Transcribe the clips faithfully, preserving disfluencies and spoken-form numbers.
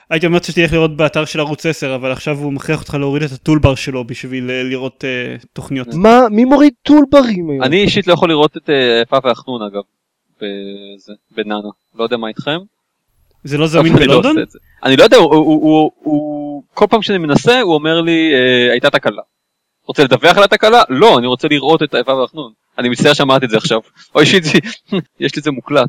הייתי אומר שתלך לראות באתר של ערוץ עשר, אבל עכשיו הוא מכריח אותך להוריד את הטולבר שלו בשביל לראות uh, תוכניות. מה? מי מוריד טולברים היום? אני אישית לא יכול לראות את יפה והחנון אגב, בזה, בנאנו. לא יודע מה איתכם. זה לא זמין בלונדון? אני לא יודע, הוא כל פעם שאני מנסה, הוא אומר לי, הייתה תקלה. רוצה לדווח על התקלה? לא, אני רוצה לראות את יפה והחנון. אני מצטער שמעתי את זה עכשיו. או אישית, יש לי את זה מוקלט.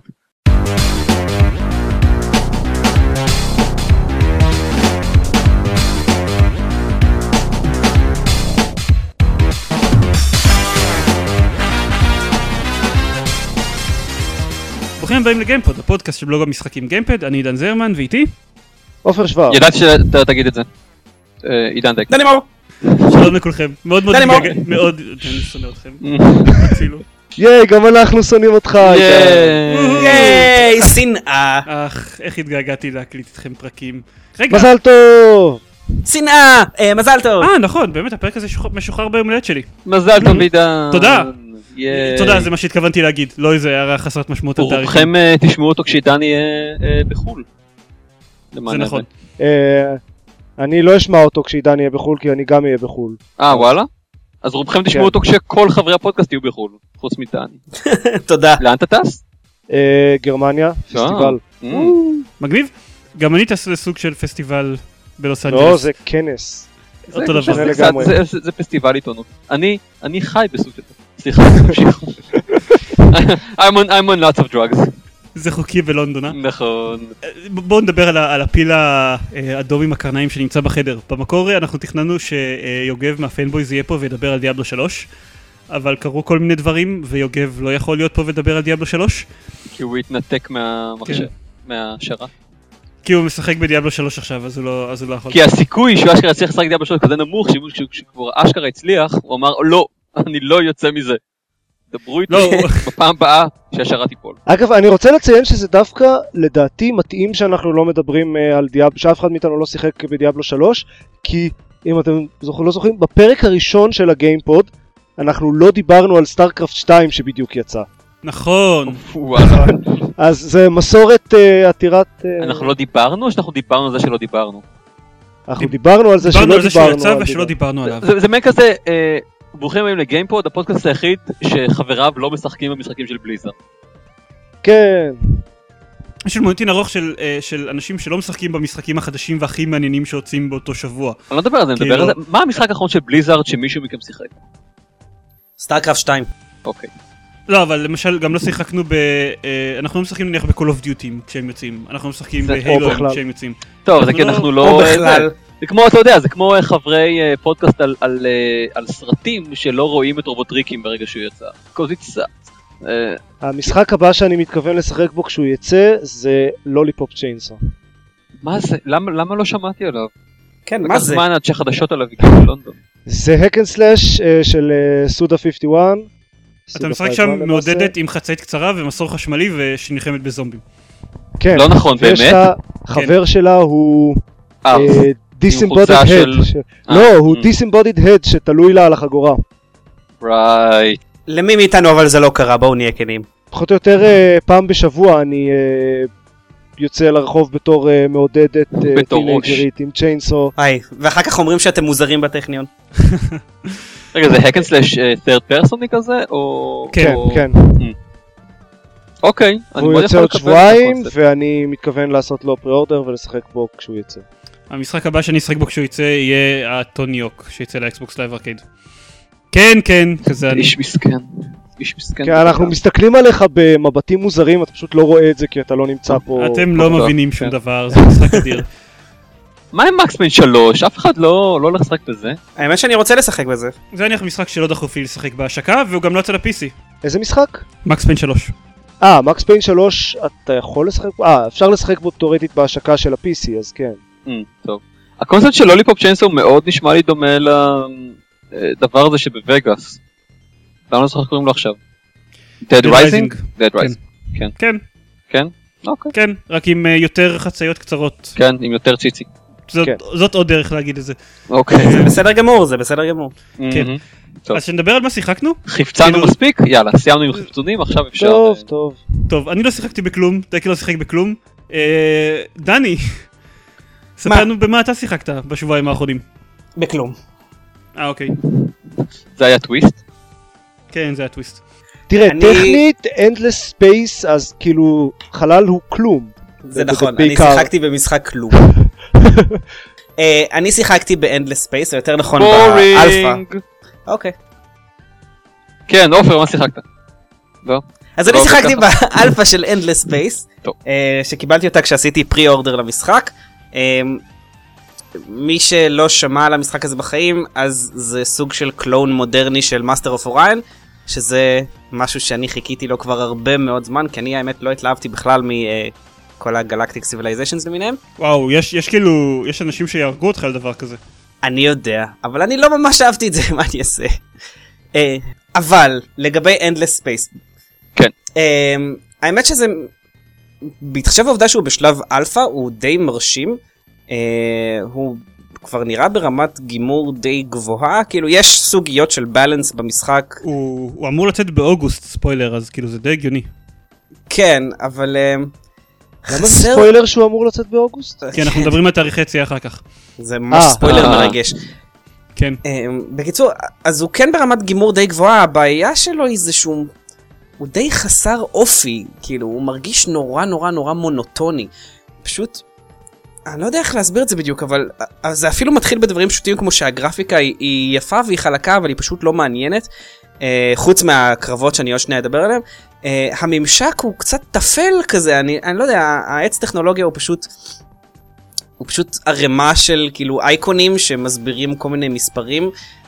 ברוכים הבאים לגיימפוד, הפודקאסט של בלוג המשחקים גיימפד, אני עידן זרמן, ואיתי? עופר שוורץ. ידעתי שאתה תגיד את זה. עידן דק. דני מאור. שלום לכולכם, מאוד מאוד מתגעגע, מאוד, אני שונא אתכם, תצילו. ייי, גם אנחנו שונאים אותך. ייי, שנאה. אך, איך התגעגעתי להקליט איתכם פרקים. רגע. מזל טוב. שנאה, מזל טוב. אה, נכון, באמת, הפרק הזה משוחרר ביום הולדת שלי. מזל טוב עידן. תודה. תודה, זה מה שהתכוונתי להגיד, לא איזה הערה חסרת משמעות על תאריכים. רובכם תשמעו אותו כשעידן יהיה בחול. זה נכון. אני לא אשמע אותו כשעידן יהיה בחול, כי אני גם אהיה בחול. אה, וואלה? אז רובכם תשמעו אותו כשכל חברי הפודקאסט יהיו בחול, חוץ מדני. תודה. לאן אתה טס? גרמניה, פסטיבל. מגניב? גם אני טס לסוג של פסטיבל בלוס אנג'לס. לא, זה כנס. אותו דבר. זה פסטיבל עיתונות. אני חי בסוג של... סליחה, תמשיכו. I'm on, I'm on lots of drugs. זה חוקי בלונדון, אה? נכון. בואו נדבר על, על הפיל האדום עם הקרניים שנמצא בחדר. במקור אנחנו תכננו שיוגב מהפיינבויז יהיה פה וידבר על דיאבלו שלוש, אבל קרו כל מיני דברים, ויוגב לא יכול להיות פה ודבר על דיאבלו שלוש. כי הוא התנתק מהמחשב, מהשרה. כי הוא משחק בדיאבלו שלוש עכשיו, אז הוא לא, אז הוא לא יכול. כי הסיכוי שהוא אשכרה הצליח לשחק דיאבלו שלוש כזה נמוך, שכבר אשכרה הצליח, הוא אמר, לא, אני לא יוצא מזה. דברו איתי בפעם הבאה שהשרה תיפול. אגב, אני רוצה לציין שזה דווקא לדעתי מתאים שאנחנו לא מדברים על דיאבלו, שאף אחד מאיתנו לא שיחק בדיאבלו שלוש, כי אם אתם לא זוכרים, בפרק הראשון של הגיימפוד, אנחנו לא דיברנו על סטארקראפט שתיים שבדיוק יצא. נכון. אז זה מסורת עתירת... אנחנו לא דיברנו או שאנחנו דיברנו על זה שלא דיברנו? אנחנו דיברנו על זה שלא דיברנו. דיברנו על זה שהוא יצא ושלא דיברנו עליו. זה מעין כזה... ברוכים הבאים לגיימפוד, הפודקאסט היחיד שחבריו לא משחקים במשחקים של בליזארד. כן. יש לנו מוניטין ארוך של, של אנשים שלא משחקים במשחקים החדשים והכי מעניינים שיוצאים באותו שבוע. אני לא מדבר על זה, אני מדבר על זה. מה המשחק האחרון של בליזארד שמישהו מכם שיחק? סטארקראפט שתיים. אוקיי. לא, אבל למשל גם לא שיחקנו ב... אנחנו לא משחקים נניח ב-Call of Duty כשהם יוצאים. אנחנו משחקים ב-Halo כשהם יוצאים. טוב, זה כי אנחנו לא... או בכלל. זה כמו, אתה יודע, זה כמו חברי פודקאסט על, על, על סרטים שלא רואים את רובוטריקים ברגע שהוא יצא. קוזיצה. המשחק הבא שאני מתכוון לשחק בו כשהוא יצא זה לוליפופ צ'יינסו. מה זה? למה, למה לא שמעתי עליו? כן, מה זה? זמן עד שהחדשות עליו הגיעו בלונדון. זה hack and slash של סודה חמישים ואחת. אתה משחק שם מעודדת עם חצאית קצרה ומסור חשמלי ושנלחמת בזומבים. כן. לא נכון, באמת? ויש לה, חבר שלה הוא... דיסמבודיד הד, לא, הוא דיסמבודיד הד שתלוי לה על החגורה. רייט. למי מאיתנו אבל זה לא קרה, בואו נהיה כנים. פחות או יותר פעם בשבוע אני יוצא לרחוב בתור מעודדת טינג'רית עם צ'יינסו. היי, ואחר כך אומרים שאתם מוזרים בטכניון. רגע, זה hack and slash third person כזה, או... כן, כן. אוקיי. הוא יוצא עוד שבועיים ואני מתכוון לעשות לו פרי-אורדר ולשחק בו כשהוא יצא. המשחק הבא שאני אשחק בו כשהוא יצא יהיה הטוני יוק שיצא לאקסבוקס לייב ארקייד. כן, כן, כזה אני. איש מסכן. איש מסכן. כן, אנחנו מסתכלים עליך במבטים מוזרים, אתה פשוט לא רואה את זה כי אתה לא נמצא פה. אתם לא מבינים שום דבר, זה משחק אדיר. מה עם מקס פיין שלוש? אף אחד לא הולך לשחק בזה. האמת שאני רוצה לשחק בזה. זה נניח משחק שלא דחוף לי לשחק בהשקה, והוא גם לא יצא ל-פי סי. איזה משחק? מקס פיין שלוש. אה, מקס פיין שלוש, אתה יכול לשחק בו? אה, אפשר לשחק בו תיאורטית בהשקה של ה-פי סי, אז כן. טוב. הקונספט של לוליפופ צ'יינסו מאוד נשמע לי דומה לדבר הזה שבווגאס. למה לא זוכר קוראים לו עכשיו? Dead Rising? Dead Rising. כן. כן. כן? אוקיי. כן, רק עם יותר חצאיות קצרות. כן, עם יותר ציצי. זאת עוד דרך להגיד את זה. אוקיי. זה בסדר גמור, זה בסדר גמור. כן. אז שנדבר על מה שיחקנו? חפצנו מספיק? יאללה, סיימנו עם חפצונים, עכשיו אפשר... טוב, טוב. טוב, אני לא שיחקתי בכלום, דקי לא שיחק בכלום. דני. ספר לנו במה אתה שיחקת בשבועיים האחרונים. בכלום. אה, אוקיי. זה היה טוויסט? כן, זה היה טוויסט. תראה, אני- טכנית, Endless Space, אז כאילו, חלל הוא כלום. זה נכון, אני בעיקר- שיחקתי במשחק כלום. אה, אני שיחקתי ב-Endless Space, או יותר נכון באלפא. בורינג. אוקיי. כן, עופר, מה שיחקת? לא? אז אני לא שיחקתי ככה. באלפא של Endless Space, טוב. אה, שקיבלתי אותה כשעשיתי פרי-אורדר למשחק. אה, מי שלא שמע על המשחק הזה בחיים, אז זה סוג של קלון מודרני של Master of Orion, שזה משהו שאני חיכיתי לו כבר הרבה מאוד זמן, כי אני האמת לא התלהבתי בכלל מכל הגלקטיק סיביליזיישנס למיניהם. וואו, יש, יש כאילו, יש אנשים שיהרגו אותך על דבר כזה. אני יודע, אבל אני לא ממש אהבתי את זה, מה אני אעשה? אה, אבל, לגבי Endless Space. כן. אה, האמת שזה, בהתחשב העובדה שהוא בשלב אלפא, הוא די מרשים. אה, הוא כבר נראה ברמת גימור די גבוהה, כאילו יש סוגיות של בלנס במשחק. הוא, הוא אמור לצאת באוגוסט, ספוילר, אז כאילו זה די הגיוני. כן, אבל... אה, למה זה ספוילר שהוא אמור לצאת באוגוסט? כי אנחנו מדברים על תאריכי יציאה אחר כך. זה ממש אה. ספוילר אה. מרגש. כן. Um, בקיצור, אז הוא כן ברמת גימור די גבוהה, הבעיה שלו היא זה שהוא הוא די חסר אופי, כאילו הוא מרגיש נורא נורא נורא מונוטוני. פשוט, אני לא יודע איך להסביר את זה בדיוק, אבל uh, זה אפילו מתחיל בדברים פשוטים כמו שהגרפיקה היא, היא יפה והיא חלקה, אבל היא פשוט לא מעניינת, uh, חוץ מהקרבות שאני עוד שנייה אדבר עליהם. Uh, הממשק הוא קצת תפל כזה, אני, אני לא יודע, העץ טכנולוגיה הוא פשוט... הוא פשוט הרמה של כאילו אייקונים שמסבירים כל מיני מספרים,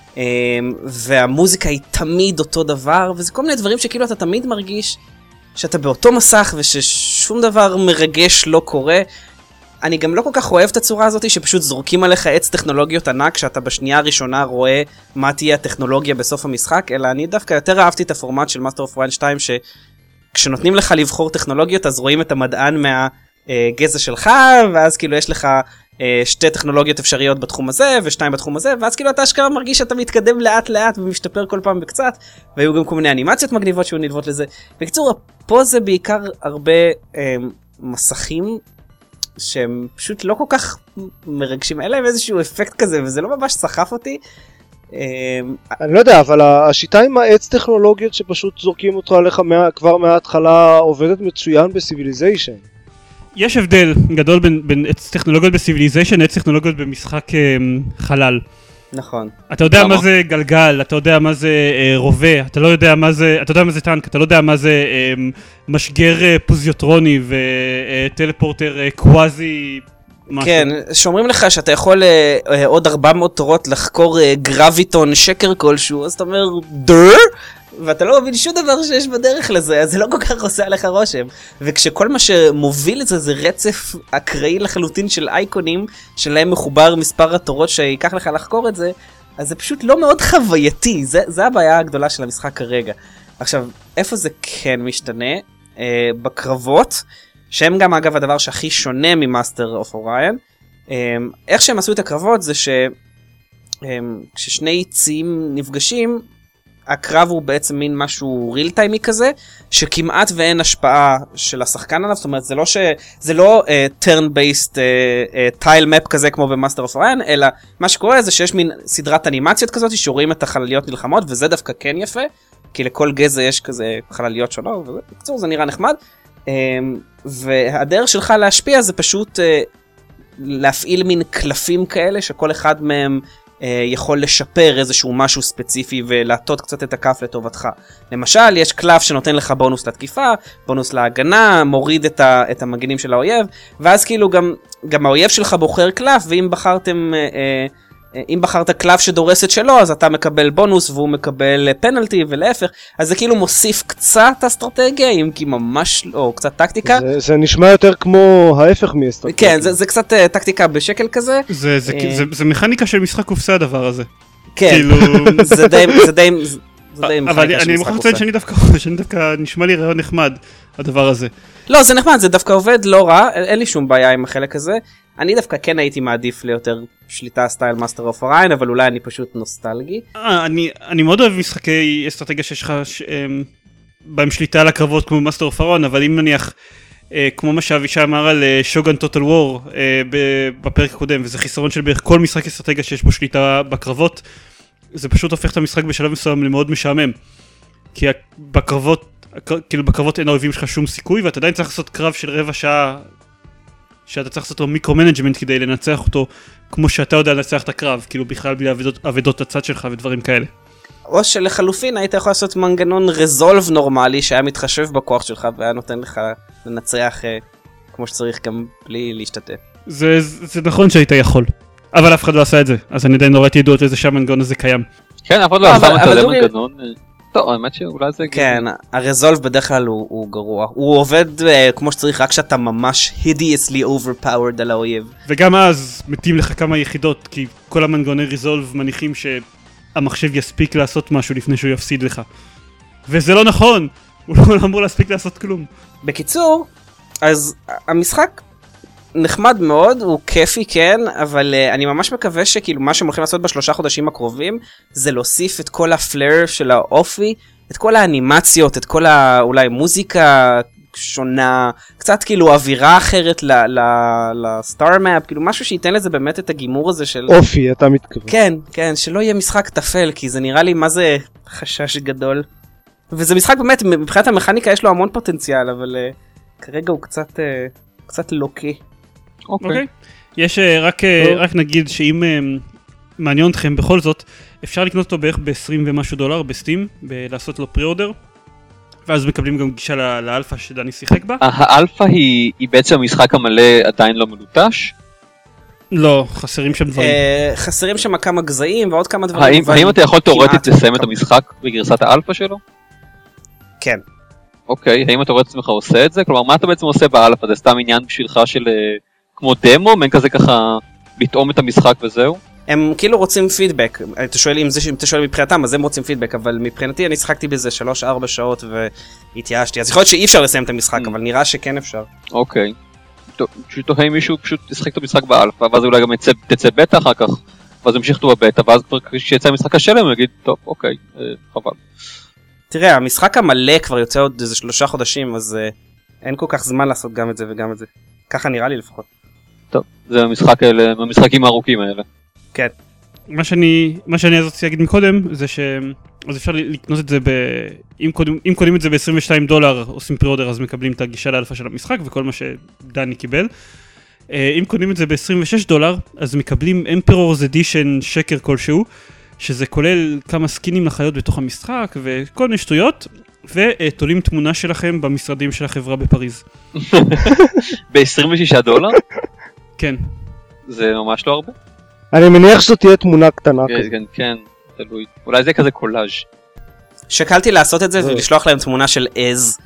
והמוזיקה היא תמיד אותו דבר, וזה כל מיני דברים שכאילו אתה תמיד מרגיש שאתה באותו מסך וששום דבר מרגש לא קורה. אני גם לא כל כך אוהב את הצורה הזאת שפשוט זורקים עליך עץ טכנולוגיות ענק שאתה בשנייה הראשונה רואה מה תהיה הטכנולוגיה בסוף המשחק, אלא אני דווקא יותר אהבתי את הפורמט של Master of Orion שתיים, שכשנותנים לך לבחור טכנולוגיות אז רואים את המדען מה... גזע שלך, ואז כאילו יש לך אה, שתי טכנולוגיות אפשריות בתחום הזה, ושתיים בתחום הזה, ואז כאילו אתה אשכרה מרגיש שאתה מתקדם לאט לאט ומשתפר כל פעם בקצת, והיו גם כל מיני אנימציות מגניבות שהיו נלוות לזה. בקיצור, פה זה בעיקר הרבה אה, מסכים, שהם פשוט לא כל כך מרגשים, אין להם איזשהו אפקט כזה, וזה לא ממש סחף אותי. אה, אני לא יודע, אבל השיטה עם העץ טכנולוגיות שפשוט זורקים אותך עליך מה, כבר מההתחלה עובדת מצוין בסיביליזיישן. יש הבדל גדול בין, בין עץ טכנולוגיות בסיביליזיישן לעץ טכנולוגיות במשחק אה, חלל. נכון. אתה יודע למה? מה זה גלגל, אתה יודע מה זה אה, רובה, אתה לא יודע מה זה, אתה יודע מה זה טנק, אתה לא יודע מה זה אה, משגר אה, פוזיוטרוני וטלפורטר אה, קוואזי משהו. כן, שאומרים לך שאתה יכול אה, אה, עוד ארבע מאות תורות לחקור אה, גרביטון שקר כלשהו, אז אתה אומר דר? ואתה לא מבין שום דבר שיש בדרך לזה, אז זה לא כל כך עושה עליך רושם. וכשכל מה שמוביל את זה זה רצף אקראי לחלוטין של אייקונים, שלהם מחובר מספר התורות שיקח לך לחקור את זה, אז זה פשוט לא מאוד חווייתי, זה, זה הבעיה הגדולה של המשחק כרגע. עכשיו, איפה זה כן משתנה? אה, בקרבות, שהם גם אגב הדבר שהכי שונה ממאסטר אוף אוריון, אה, איך שהם עשו את הקרבות זה ש... אה, כששני ציים נפגשים, הקרב הוא בעצם מין משהו ריל טיימי כזה, שכמעט ואין השפעה של השחקן עליו, זאת אומרת זה לא ש... זה לא uh, turn based uh, uh, tile map כזה כמו במאסטר אוף אוריון, אלא מה שקורה זה שיש מין סדרת אנימציות כזאת שרואים את החלליות נלחמות, וזה דווקא כן יפה, כי לכל גזע יש כזה חלליות שונות, ובקצור זה נראה נחמד, um, והדרך שלך להשפיע זה פשוט uh, להפעיל מין קלפים כאלה, שכל אחד מהם יכול לשפר איזשהו משהו ספציפי ולהטות קצת את הכף לטובתך. למשל, יש קלף שנותן לך בונוס לתקיפה, בונוס להגנה, מוריד את, ה, את המגנים של האויב, ואז כאילו גם, גם האויב שלך בוחר קלף, ואם בחרתם, אה, אה, אם בחרת קלף שדורס את שלו, אז אתה מקבל בונוס והוא מקבל פנלטי ולהפך, אז זה כאילו מוסיף קצת אסטרטגיה, אם כי ממש לא, או קצת טקטיקה. זה, זה נשמע יותר כמו ההפך מאסטרטגיה. כן, זה, זה קצת uh, טקטיקה בשקל כזה. זה, זה, זה, זה מכניקה של משחק קופסה הדבר הזה. כן, כאילו... זה די, זה די, זה די אבל מכניקה של אני משחק מוכרח קופסה. לציין שאני דווקא, שאני דווקא נשמע לי רעיון נחמד, הדבר הזה. לא, זה נחמד, זה דווקא עובד לא רע, אין לי שום בעיה עם החלק הזה. אני דווקא כן הייתי מעדיף ליותר שליטה סטייל מאסטר אוף אוריון, אבל אולי אני פשוט נוסטלגי. אה, אני, אני מאוד אוהב משחקי אסטרטגיה שיש לך ש, um, בהם שליטה על הקרבות כמו מאסטר אוף אוריון, אבל אם נניח כמו מה שאבישי אמר על שוגן טוטל וור בפרק הקודם, וזה חיסרון של בערך כל משחק אסטרטגיה שיש בו שליטה בקרבות, זה פשוט הופך את המשחק בשלב מסוים למאוד משעמם. כי בקרבות, כאילו בקרבות אין האויבים שלך שום סיכוי, ואתה עדיין צריך לעשות קרב של רבע שעה, שאתה צריך לעשות לו מיקרו-מנג'מנט כדי לנצח אותו, כמו שאתה יודע לנצח את הקרב, כאילו בכלל בלי עבדות הצד שלך ודברים כאלה. או שלחלופין היית יכול לעשות מנגנון רזולב נורמלי, שהיה מתחשב בכוח שלך, והיה נותן לך לנצח כמו שצריך גם בלי להשתתף. זה, זה נכון שהיית יכול, אבל אף אחד לא עשה את זה, אז אני עדיין לא ראיתי עדות לזה שהמנגנון הזה קיים. כן, אף אחד לא עשה את זה מנגנון. טוב, האמת שאולי זה... כן, הרזולב בדרך כלל הוא, הוא גרוע. הוא עובד uh, כמו שצריך רק שאתה ממש hideously overpowered על האויב. וגם אז מתים לך כמה יחידות, כי כל המנגנוני רזולב מניחים שהמחשב יספיק לעשות משהו לפני שהוא יפסיד לך. וזה לא נכון, הוא לא אמור להספיק לעשות כלום. בקיצור, אז המשחק נחמד מאוד, הוא כיפי כן, אבל uh, אני ממש מקווה שכאילו מה שהם הולכים לעשות בשלושה חודשים הקרובים, זה להוסיף את כל הפלר של האופי, את כל האנימציות, את כל ה... אולי מוזיקה שונה, קצת כאילו אווירה אחרת לסטאר מאפ, כאילו משהו שייתן לזה באמת את הגימור הזה של... אופי, אתה מתכוון. כן, כן, שלא יהיה משחק תפל, כי זה נראה לי מה זה חשש גדול. וזה משחק באמת, מבחינת המכניקה יש לו המון פוטנציאל, אבל uh, כרגע הוא קצת, uh, קצת לוקי. אוקיי. יש רק רק נגיד שאם מעניין אתכם בכל זאת, אפשר לקנות אותו בערך ב-עשרים ומשהו דולר בסטים, לעשות לו פרי-אורדר, ואז מקבלים גם גישה לאלפא שדני שיחק בה. האלפא היא בעצם המשחק המלא עדיין לא מלוטש? לא, חסרים שם דברים. חסרים שם כמה גזעים ועוד כמה דברים. האם אתה יכול תיאורטית לסיים את המשחק בגרסת האלפא שלו? כן. אוקיי, האם אתה רואה את עצמך עושה את זה? כלומר, מה אתה בעצם עושה באלפא? זה סתם עניין בשבילך של... כמו דמו, מן כזה ככה לטעום את המשחק וזהו? הם כאילו רוצים פידבק, אתה שואל אם, זה, אם אתה שואל מבחינתם, אז הם רוצים פידבק, אבל מבחינתי אני שחקתי בזה שלוש ארבע שעות והתייאשתי, אז יכול להיות שאי אפשר לסיים את המשחק, אבל נראה שכן אפשר. אוקיי. פשוט תוהה מישהו פשוט ישחק את המשחק באלפא, ואז אולי גם תצא בטא אחר כך, ואז ימשיך אותו בבטא, ואז כשיצא המשחק השלם הוא יגיד, טוב, אוקיי, חבל. תראה, המשחק המלא כבר יוצא עוד איזה שלושה חודשים, אז אין כל כך זמן לעשות גם את זה וגם את זה. ככה נראה לי לפחות. טוב, זה המשחק האלה, המשחקים הארוכים האלה. כן. מה שאני, מה שאני אז רציתי להגיד מקודם, זה ש... אז אפשר לקנות את זה ב... אם קונים, אם קונים את זה ב-עשרים ושניים דולר, עושים פרי-אורדר, אז מקבלים את הגישה לאלפא של המשחק, וכל מה שדני קיבל. אם קונים את זה ב-עשרים ושש דולר, אז מקבלים Emperor's Edition שקר כלשהו, שזה כולל כמה סקינים לחיות בתוך המשחק, וכל מיני שטויות, ותולים תמונה שלכם במשרדים של החברה בפריז. ב-עשרים ושישה דולר? כן. זה ממש לא הרבה? אני מניח שזאת תהיה תמונה קטנה כזה. כן, כן, תלוי. אולי זה כזה קולאז'. שקלתי לעשות את זה ולשלוח להם תמונה של עז.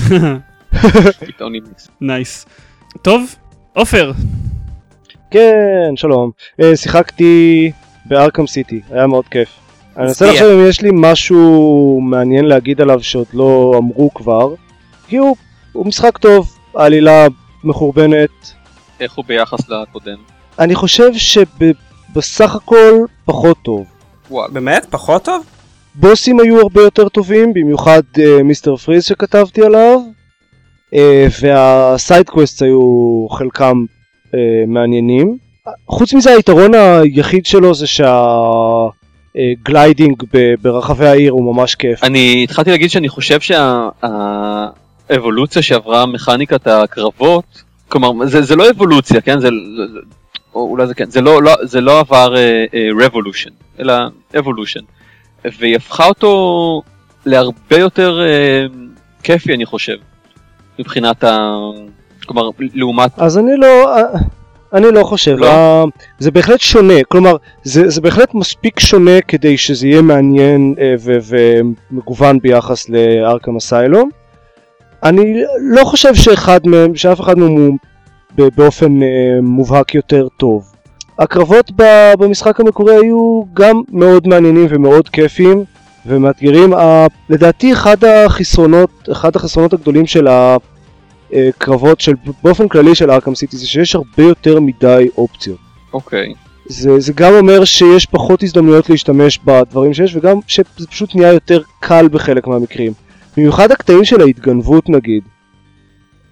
נייס. טוב, עופר. כן, שלום. שיחקתי בארקם סיטי, היה מאוד כיף. אני רוצה לחשוב אם יש לי משהו מעניין להגיד עליו שעוד לא אמרו כבר, כי הוא, הוא משחק טוב, העלילה מחורבנת. איך הוא ביחס לקודם? אני חושב שבסך הכל פחות טוב. וואו. באמת? פחות טוב? בוסים היו הרבה יותר טובים, במיוחד uh, מיסטר פריז שכתבתי עליו, uh, והסייד קווסט היו חלקם uh, מעניינים. חוץ מזה היתרון היחיד שלו זה שהגליידינג ברחבי העיר הוא ממש כיף. אני התחלתי להגיד שאני חושב שהאבולוציה שעברה מכניקת הקרבות, כלומר זה, זה לא אבולוציה, כן? זה, או אולי זה כן, זה לא, לא, זה לא עבר רבולושן, uh, uh, אלא אבולושן. והיא הפכה אותו להרבה יותר uh, כיפי אני חושב, מבחינת ה... כלומר לעומת... אז אני לא... אני לא חושב, לא. זה בהחלט שונה, כלומר זה, זה בהחלט מספיק שונה כדי שזה יהיה מעניין ו- ומגוון ביחס לארקם אסיילום. אני לא חושב שאחד מהם, שאף אחד מהם הוא באופן מובהק יותר טוב. הקרבות במשחק המקורי היו גם מאוד מעניינים ומאוד כיפים ומאתגרים. לדעתי אחד החסרונות, אחד החסרונות הגדולים של ה... קרבות של באופן כללי של ארקם סיטי זה שיש הרבה יותר מדי אופציות. אוקיי. Okay. זה, זה גם אומר שיש פחות הזדמנויות להשתמש בדברים שיש וגם שזה פשוט נהיה יותר קל בחלק מהמקרים. במיוחד הקטעים של ההתגנבות נגיד.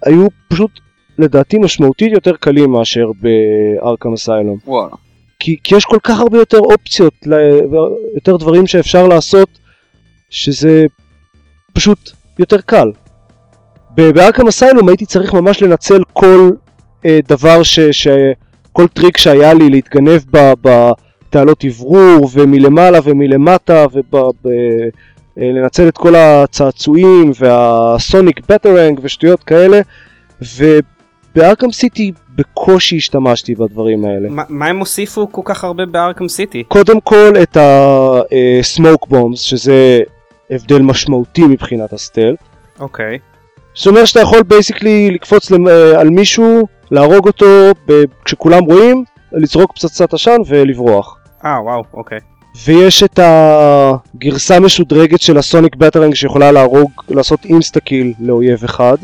היו פשוט לדעתי משמעותית יותר קלים מאשר בארקם אסיילום. וואלה. כי, כי יש כל כך הרבה יותר אופציות, יותר דברים שאפשר לעשות, שזה פשוט יותר קל. בארקם אסיילום הייתי צריך ממש לנצל כל אה, דבר, ש, ש, כל טריק שהיה לי להתגנב בתעלות עברור ומלמעלה ומלמטה ולנצל את כל הצעצועים והסוניק בטרנג ושטויות כאלה, ובארקם סיטי בקושי השתמשתי בדברים האלה. ما, מה הם הוסיפו כל כך הרבה בארקם סיטי? קודם כל את ה-smoke bombs, שזה הבדל משמעותי מבחינת הסטלט. אוקיי. זאת אומרת שאתה יכול בייסיקלי לקפוץ על מישהו, להרוג אותו כשכולם רואים, לזרוק פצצת עשן ולברוח. אה, וואו, אוקיי. ויש את הגרסה משודרגת של הסוניק בטרנג שיכולה להרוג, לעשות אינסטה-קיל לאויב אחד,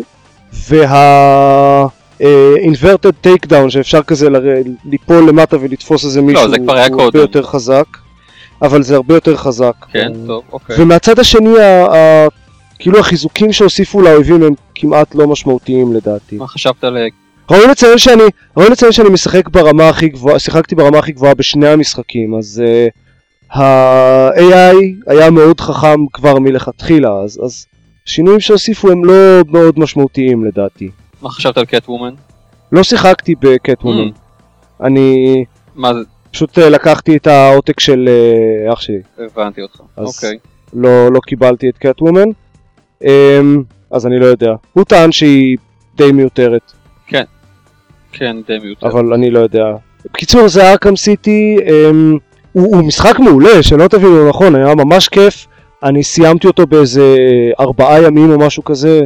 וה-inverted takedown שאפשר כזה ליפול למטה ולתפוס איזה מישהו, לא, זה כבר היה הוא הרבה יותר חזק, אבל זה הרבה יותר חזק. כן, טוב, אוקיי. ומהצד השני, כאילו החיזוקים שהוסיפו לאויבים הם כמעט לא משמעותיים לדעתי. מה חשבת על... ראוי לציין שאני, ראוי לציין שאני משחק ברמה הכי גבוהה, שיחקתי ברמה הכי גבוהה בשני המשחקים, אז uh, ה-איי איי היה מאוד חכם כבר מלכתחילה, אז, אז שינויים שהוסיפו הם לא מאוד משמעותיים לדעתי. מה חשבת על קטוומן? לא שיחקתי בקטוומן. Mm. אני... מה זה? פשוט uh, לקחתי את העותק של uh, אח שלי. הבנתי אותך, אוקיי. לא, לא קיבלתי את קטוומן, um, אז אני לא יודע. הוא טען שהיא די מיותרת. כן. כן, די מיותר. אבל אני לא יודע. בקיצור, זה ארקם סיטי, אמ, הוא, הוא משחק מעולה, שלא תבינו נכון, היה ממש כיף. אני סיימתי אותו באיזה ארבעה ימים או משהו כזה,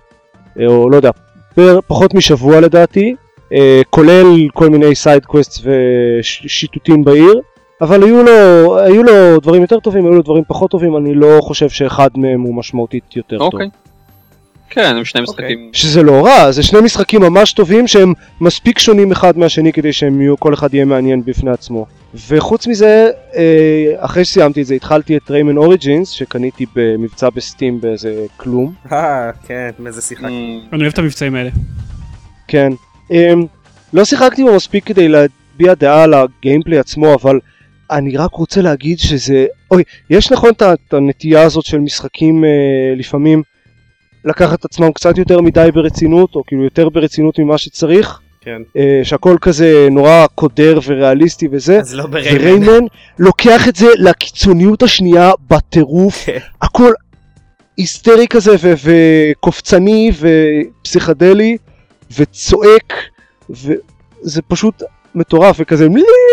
או לא יודע, פחות משבוע לדעתי, כולל כל מיני סייד קווסטס ושיטוטים בעיר, אבל היו לו, היו לו דברים יותר טובים, היו לו דברים פחות טובים, אני לא חושב שאחד מהם הוא משמעותית יותר טוב. אוקיי. כן, הם שני משחקים. שזה לא רע, זה שני משחקים ממש טובים שהם מספיק שונים אחד מהשני כדי שהם יהיו, כל אחד יהיה מעניין בפני עצמו. וחוץ מזה, אחרי שסיימתי את זה, התחלתי את ריימן אוריג'ינס, שקניתי במבצע בסטים באיזה כלום. אה, כן, מאיזה שיחק. אני אוהב את המבצעים האלה. כן. לא שיחקתי בו מספיק כדי להביע דעה על הגיימפלי עצמו, אבל אני רק רוצה להגיד שזה... אוי, יש נכון את הנטייה הזאת של משחקים לפעמים, לקחת את עצמם קצת יותר מדי ברצינות, או כאילו יותר ברצינות ממה שצריך. כן. שהכל כזה נורא קודר וריאליסטי וזה. אז לא בריימן. וריימן לוקח את זה לקיצוניות השנייה בטירוף. הכל היסטרי כזה ו- וקופצני ופסיכדלי וצועק, וזה פשוט מטורף וכזה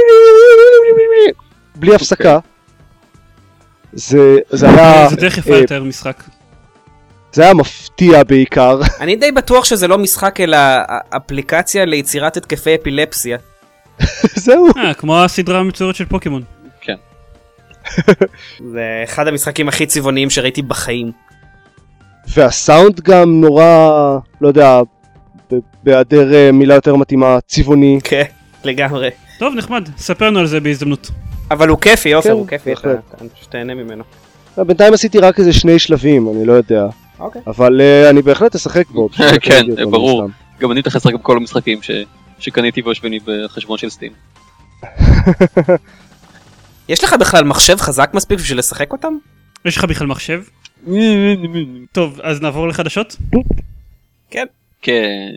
בלי הפסקה. זה, זה היה... זה דרך יפה יותר משחק. זה היה מפתיע בעיקר. אני די בטוח שזה לא משחק אלא אפליקציה ליצירת התקפי אפילפסיה. זהו. אה, כמו הסדרה המצוירת של פוקימון. כן. זה אחד המשחקים הכי צבעוניים שראיתי בחיים. והסאונד גם נורא, לא יודע, בהיעדר מילה יותר מתאימה, צבעוני. כן, לגמרי. טוב, נחמד, ספר לנו על זה בהזדמנות. אבל הוא כיפי, אופר, כן, הוא כיפי, אתה פשוט תהנה ממנו. בינתיים עשיתי רק איזה שני שלבים, אני לא יודע. אוקיי. אבל uh, אני בהחלט אשחק בו. כן, ברור. גם אני מתייחס רק בכל המשחקים שקניתי ויושבים לי בחשבון של סטים. יש לך בכלל מחשב חזק מספיק בשביל לשחק אותם? יש לך בכלל מחשב? טוב, אז נעבור לחדשות? כן. כן.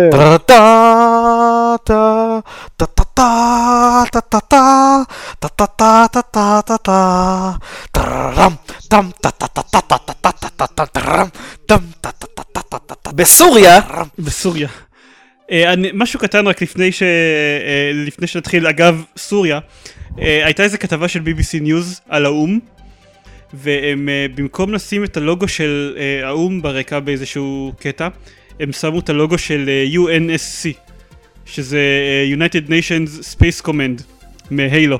בסוריה. בסוריה. משהו קטן רק לפני ש... לפני שנתחיל, אגב, סוריה, הייתה איזה כתבה של בי בי סי News על האום, והם במקום לשים את הלוגו של האום ברקע באיזשהו קטע, הם שמו את הלוגו של יו אן אס סי, שזה United Nations Space Command, מהיילו.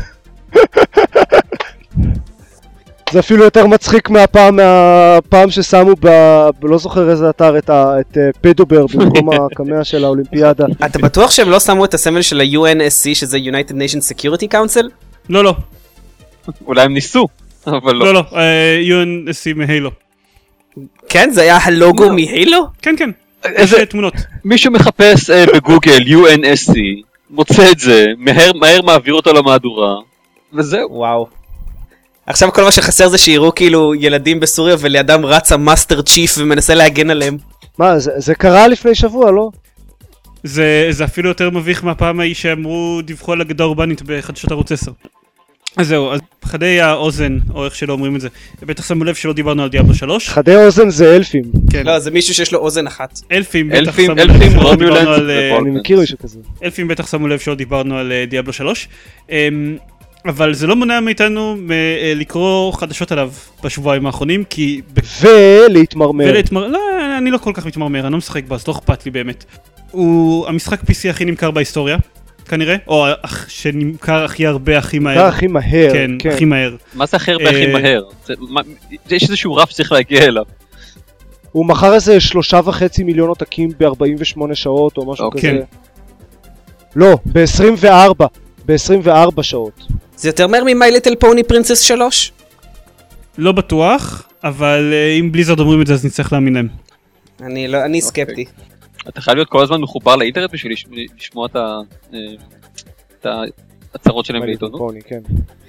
זה אפילו יותר מצחיק מהפעם, מהפעם ששמו ב... לא זוכר איזה אתר, את, ה... את פדובר במקום הקמע של האולימפיאדה. אתה בטוח שהם לא שמו את הסמל של ה-יו אן אס סי, שזה United Nations Security Council? לא, לא. אולי הם ניסו, אבל לא. לא, לא, יו אן אס סי מהיילו. כן, זה היה הלוגו מהילו? כן, כן. איזה תמונות. מישהו מחפש אה, בגוגל יו אן אס סי, מוצא את זה, מהר, מהר מעביר אותו למהדורה, וזהו. וואו. עכשיו כל מה שחסר זה שיראו כאילו ילדים בסוריה ולידם רץ המאסטר צ'יף ומנסה להגן עליהם. מה, זה, זה קרה לפני שבוע, לא? זה, זה אפילו יותר מביך מהפעם ההיא שאמרו, דיווחו על אגדה אורבנית בחדשות ערוץ עשר. אז זהו, אז חדי האוזן, או איך שלא אומרים את זה, בטח שמו לב שלא דיברנו על דיאבלו שלוש. חדי אוזן זה אלפים. כן. לא, זה מישהו שיש לו אוזן אחת. אלפים, בטח אלפים, שמו לב אלפים, שלא רומולנס דיברנו על... אני מכיר מישהו כזה. אלפים בטח שמו לב שלא דיברנו על דיאבלו שלוש. אבל זה לא מונע מאיתנו לקרוא חדשות עליו בשבועיים האחרונים, כי... ולהתמרמר. ולהתמרמר, לא, אני לא כל כך מתמרמר, אני לא משחק בה, אז לא אכפת לי באמת. הוא המשחק פי סי הכי נמכר בהיסטוריה, כנראה, או שנמכר הכי הרבה, הכי מהר. נמכר הכי מהר, כן, כן. הכי מהר. מה זה הכי הרבה הכי מהר? זה- מה- יש איזשהו רף שצריך להגיע אליו. הוא מכר איזה שלושה וחצי מיליון עותקים ב-ארבעים ושמונה שעות או משהו אוקיי. כזה. כן. לא, ב-עשרים וארבע. ב-עשרים וארבע שעות. זה יותר מהר מ-My Little Pony Princess שלוש? לא בטוח, אבל אה, אם בליזרד אומרים את זה אז נצטרך להאמין להם. אני לא, אני סקפטי. אתה חייב להיות כל הזמן מחובר לאינטרנט בשביל לש- לשמוע את ה- אה, את ההצהרות שלהם בעיתונות. פוני, כן.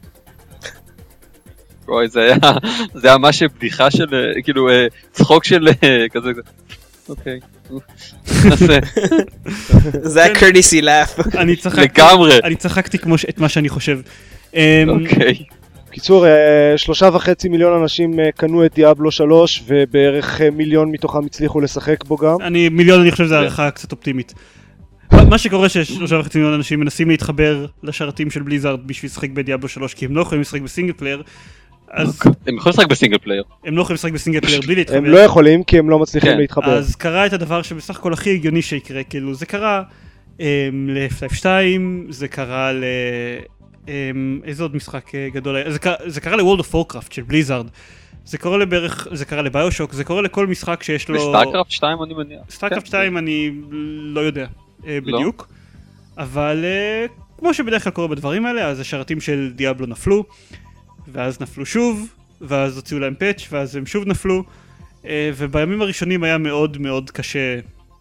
אוי, זה היה, זה היה ממש בדיחה של, אה, כאילו, אה, צחוק של אה, כזה, כזה. אוקיי, אוף, נעשה, זה היה courtesy laugh. אני צחקתי, לגמרי, אני צחקתי כמו ש- את מה שאני חושב. אמ, אוקיי. בקיצור, אה, שלושה וחצי מיליון אנשים אה, קנו את דיאבלו שלוש, ובערך אה, מיליון מתוכם הצליחו לשחק בו גם. אני מיליון, אני חושב שזו הערכה קצת אופטימית. מה שקורה ששלושה וחצי מיליון אנשים מנסים להתחבר לשרתים של בליזארד בשביל לשחק בדיאבלו שלוש, כי הם לא יכולים לשחק בסינגל פלייר, אז הם יכולים לשחק בסינגל פלייר. הם לא יכולים לשחק בסינגל פלייר בלי להתחבר. הם לא יכולים כי הם לא מצליחים כן, להתחבר. אז קרה את הדבר שבסך הכל הכי הגיוני שיקרה, כאילו זה קרה ל-אף שתיים, זה קרה ל... אמ, איזה עוד משחק אה, גדול היה? זה, קרה- זה קרה ל-World of Warcraft של בליזארד. זה קורה לבערך, זה קרה לביושוק, זה קורה לכל משחק שיש לו... בסטארקראפט שתיים אני מניח. סטארקראפט כן. שתיים אני לא יודע אה, לא? בדיוק. אבל אה, כמו שבדרך כלל קורה בדברים האלה, אז השרתים של דיאבלו נפלו, ואז נפלו שוב, ואז הוציאו להם פאץ', ואז הם שוב נפלו, אה, ובימים הראשונים היה מאוד מאוד קשה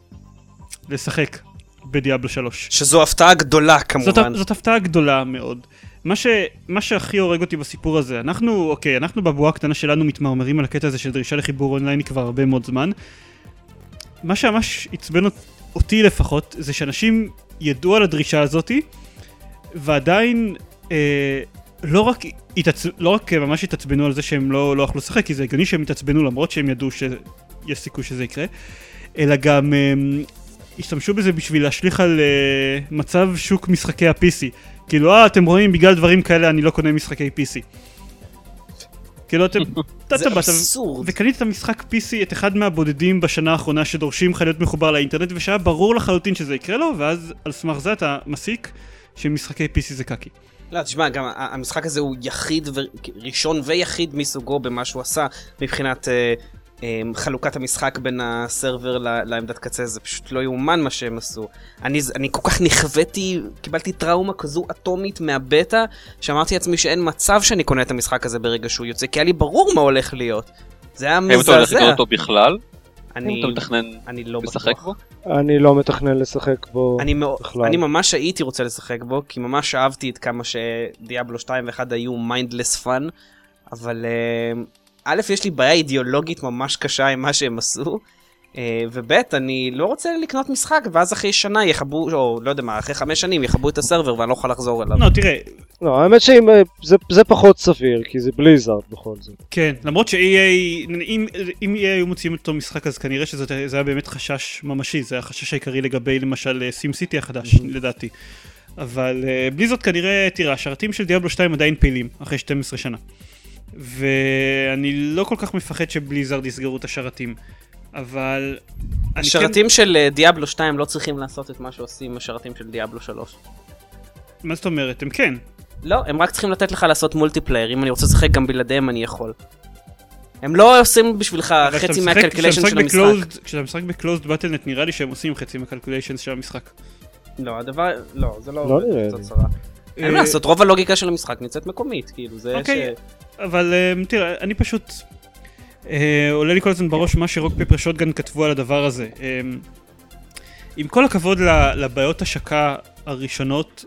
לשחק בדיאבלו שלוש. שזו הפתעה גדולה זאת, כמובן. זאת הפתעה גדולה מאוד. מה, ש, מה שהכי הורג אותי בסיפור הזה, אנחנו, אוקיי, אנחנו בבועה הקטנה שלנו מתמרמרים על הקטע הזה של דרישה לחיבור אונליין כבר הרבה מאוד זמן. מה שממש עצבן אותי לפחות, זה שאנשים ידעו על הדרישה הזאתי, ועדיין אה, לא רק, התעצ... לא רק ממש התעצבנו על זה שהם לא, לא יכלו לשחק, כי זה הגיוני שהם התעצבנו למרות שהם ידעו שיש סיכוי שזה יקרה, אלא גם... אה, השתמשו בזה בשביל להשליך על uh, מצב שוק משחקי ה-פי סי. כאילו, אה, אתם רואים, בגלל דברים כאלה אני לא קונה משחקי פי סי. כאילו, אתם... זה אבסורד. וקנית את המשחק פי סי, את אחד מהבודדים בשנה האחרונה שדורשים לך להיות מחובר לאינטרנט, ושהיה ברור לחלוטין שזה יקרה לו, ואז על סמך זה אתה מסיק שמשחקי פי סי זה קקי. לא, תשמע, גם ה- המשחק הזה הוא יחיד, ו... ראשון ויחיד מסוגו במה שהוא עשה, מבחינת אה, אה, חלוקת המשחק בין הסרבר ל- לעמדת קצה, זה פשוט לא יאומן מה שהם עשו. אני, אני כל כך נכוויתי, קיבלתי טראומה כזו אטומית מהבטא, שאמרתי לעצמי שאין מצב שאני קונה את המשחק הזה ברגע שהוא יוצא, כי היה לי ברור מה הולך להיות. זה היה האם אתה הולך מזעזע. לקרוא אותו בכלל? אני, האם אתה מתכנן אני לא לשחק בטוח. בו? אני לא מתכנן לשחק בו אני, מאו- בכלל. אני ממש הייתי רוצה לשחק בו, כי ממש אהבתי את כמה שדיאבלו שתיים ואחת היו mindless fun, אבל אה, א', יש לי בעיה אידיאולוגית ממש קשה עם מה שהם עשו, אה, וב', אני לא רוצה לקנות משחק, ואז אחרי שנה יחבו, או לא יודע מה, אחרי חמש שנים יחבו את הסרבר ואני לא יכול לחזור אליו. לא, תראה, לא, האמת שזה פחות סביר, כי זה בליזארד בכל זאת. כן, למרות ש-אי איי, אם, אם אי איי היו מוציאים את אותו משחק, אז כנראה שזה זה היה באמת חשש ממשי, זה היה החשש העיקרי לגבי למשל סים סיטי החדש, לדעתי. אבל uh, בלי זאת כנראה, תראה, השרתים של דיאבלו שתיים עדיין פעילים, אחרי שתים עשרה שנה. ואני לא כל כך מפחד שבליזארד יסגרו את השרתים, אבל... אני השרתים של אה, דיאבלו שתיים לא צריכים לעשות את מה שעושים השרתים של דיאבלו שלוש. כן, מה זאת אומרת? הם כן. לא, הם רק צריכים לתת לך לעשות מולטיפלייר, אם אני רוצה לשחק גם בלעדיהם אני יכול. הם לא עושים בשבילך אבל חצי כשאתה משחק- מהקלקוליישן כשאתה של משחק המשחק. ב-closed- כשאתה משחק בקלוזד בטלנט נראה לי שהם עושים חצי מהקלקוליישנס של המשחק. לא, הדבר, לא, זה לא לא עובד נראה בצורה לי. צרה. אין מה לעשות, רוב הלוגיקה של המשחק נמצאת מקומית, כאילו, זה אוקיי. ש... אבל um, תראה, אני פשוט... אה, עולה לי כל הזמן בראש מה שרוק פפר שוטגן כתבו על הדבר הזה. אה, עם כל הכבוד לבעיות השקה הראשונות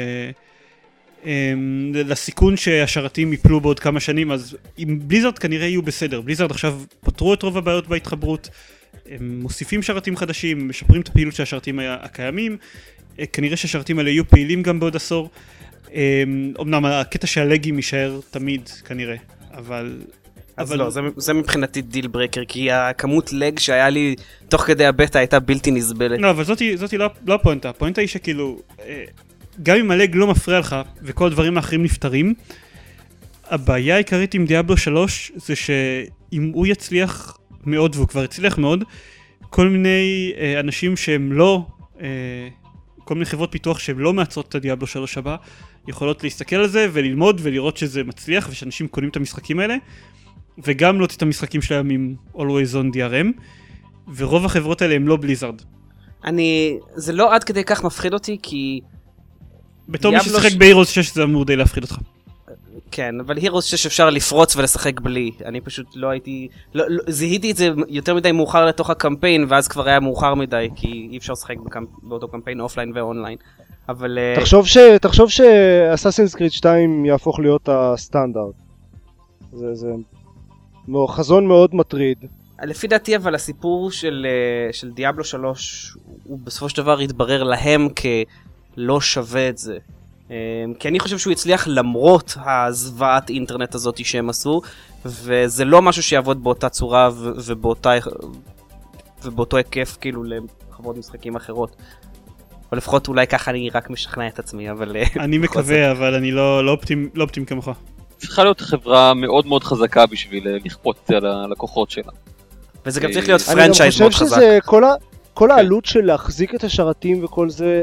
ולסיכון שהשרתים ייפלו בעוד כמה שנים, אז עם בליזרד כנראה יהיו בסדר. בליזרד עכשיו פתרו את רוב הבעיות בהתחברות, הם מוסיפים שרתים חדשים, משפרים את הפעילות של השרתים הקיימים, כנראה שהשרתים האלה יהיו פעילים גם בעוד עשור. אמנם הקטע שהלגים יישאר תמיד כנראה, אבל... אז לא, זה, זה מבחינתי דיל ברקר, כי הכמות לג שהיה לי תוך כדי הבטא הייתה בלתי נסבלת. לא, אבל זאתי, זאתי לא, לא הפואנטה. הפואנטה היא שכאילו, גם אם הלג לא מפריע לך וכל הדברים האחרים נפתרים, הבעיה העיקרית עם דיאבלו שלוש זה שאם הוא יצליח מאוד, והוא כבר יצליח מאוד, כל מיני אה, אנשים שהם לא, אה, כל מיני חברות פיתוח שהם לא מעצרות את הדיאבלו שלוש הבא, יכולות להסתכל על זה וללמוד ולראות שזה מצליח ושאנשים קונים את המשחקים האלה, וגם לא את המשחקים שלהם עם Always on די אר אם, ורוב החברות האלה הם לא בליזרד. אני, זה לא עד כדי כך מפחיד אותי, כי... בתור מי ששחק ש... בהירוס שש זה אמור די להפחיד אותך. כן, אבל הירוס שש אפשר לפרוץ ולשחק בלי. אני פשוט לא הייתי... לא, לא, זיהיתי את זה יותר מדי מאוחר לתוך הקמפיין, ואז כבר היה מאוחר מדי, כי אי אפשר לשחק בקמפ... באותו קמפיין אופליין ואונליין. אבל... תחשוב ש... תחשוב ש-Assassin's Creed שתיים יהפוך להיות הסטנדרט. זה... זה... חזון מאוד מטריד. לפי דעתי אבל הסיפור של, של דיאבלו שלוש הוא בסופו של דבר יתברר להם כלא שווה את זה. כי אני חושב שהוא הצליח למרות הזוועת אינטרנט הזאת שהם עשו, וזה לא משהו שיעבוד באותה צורה ובאותה, ובאותו היקף כאילו לחברות משחקים אחרות. או לפחות אולי ככה אני רק משכנע את עצמי, אבל... אני מקווה, אבל אני לא, לא אופטימי, לא אופטימי כמוך. צריכה להיות חברה מאוד מאוד חזקה בשביל לכפות על הלקוחות שלה. וזה גם צריך להיות פרנצ'ייז מאוד חזק. אני גם חושב שזה כל העלות של להחזיק את השרתים וכל זה,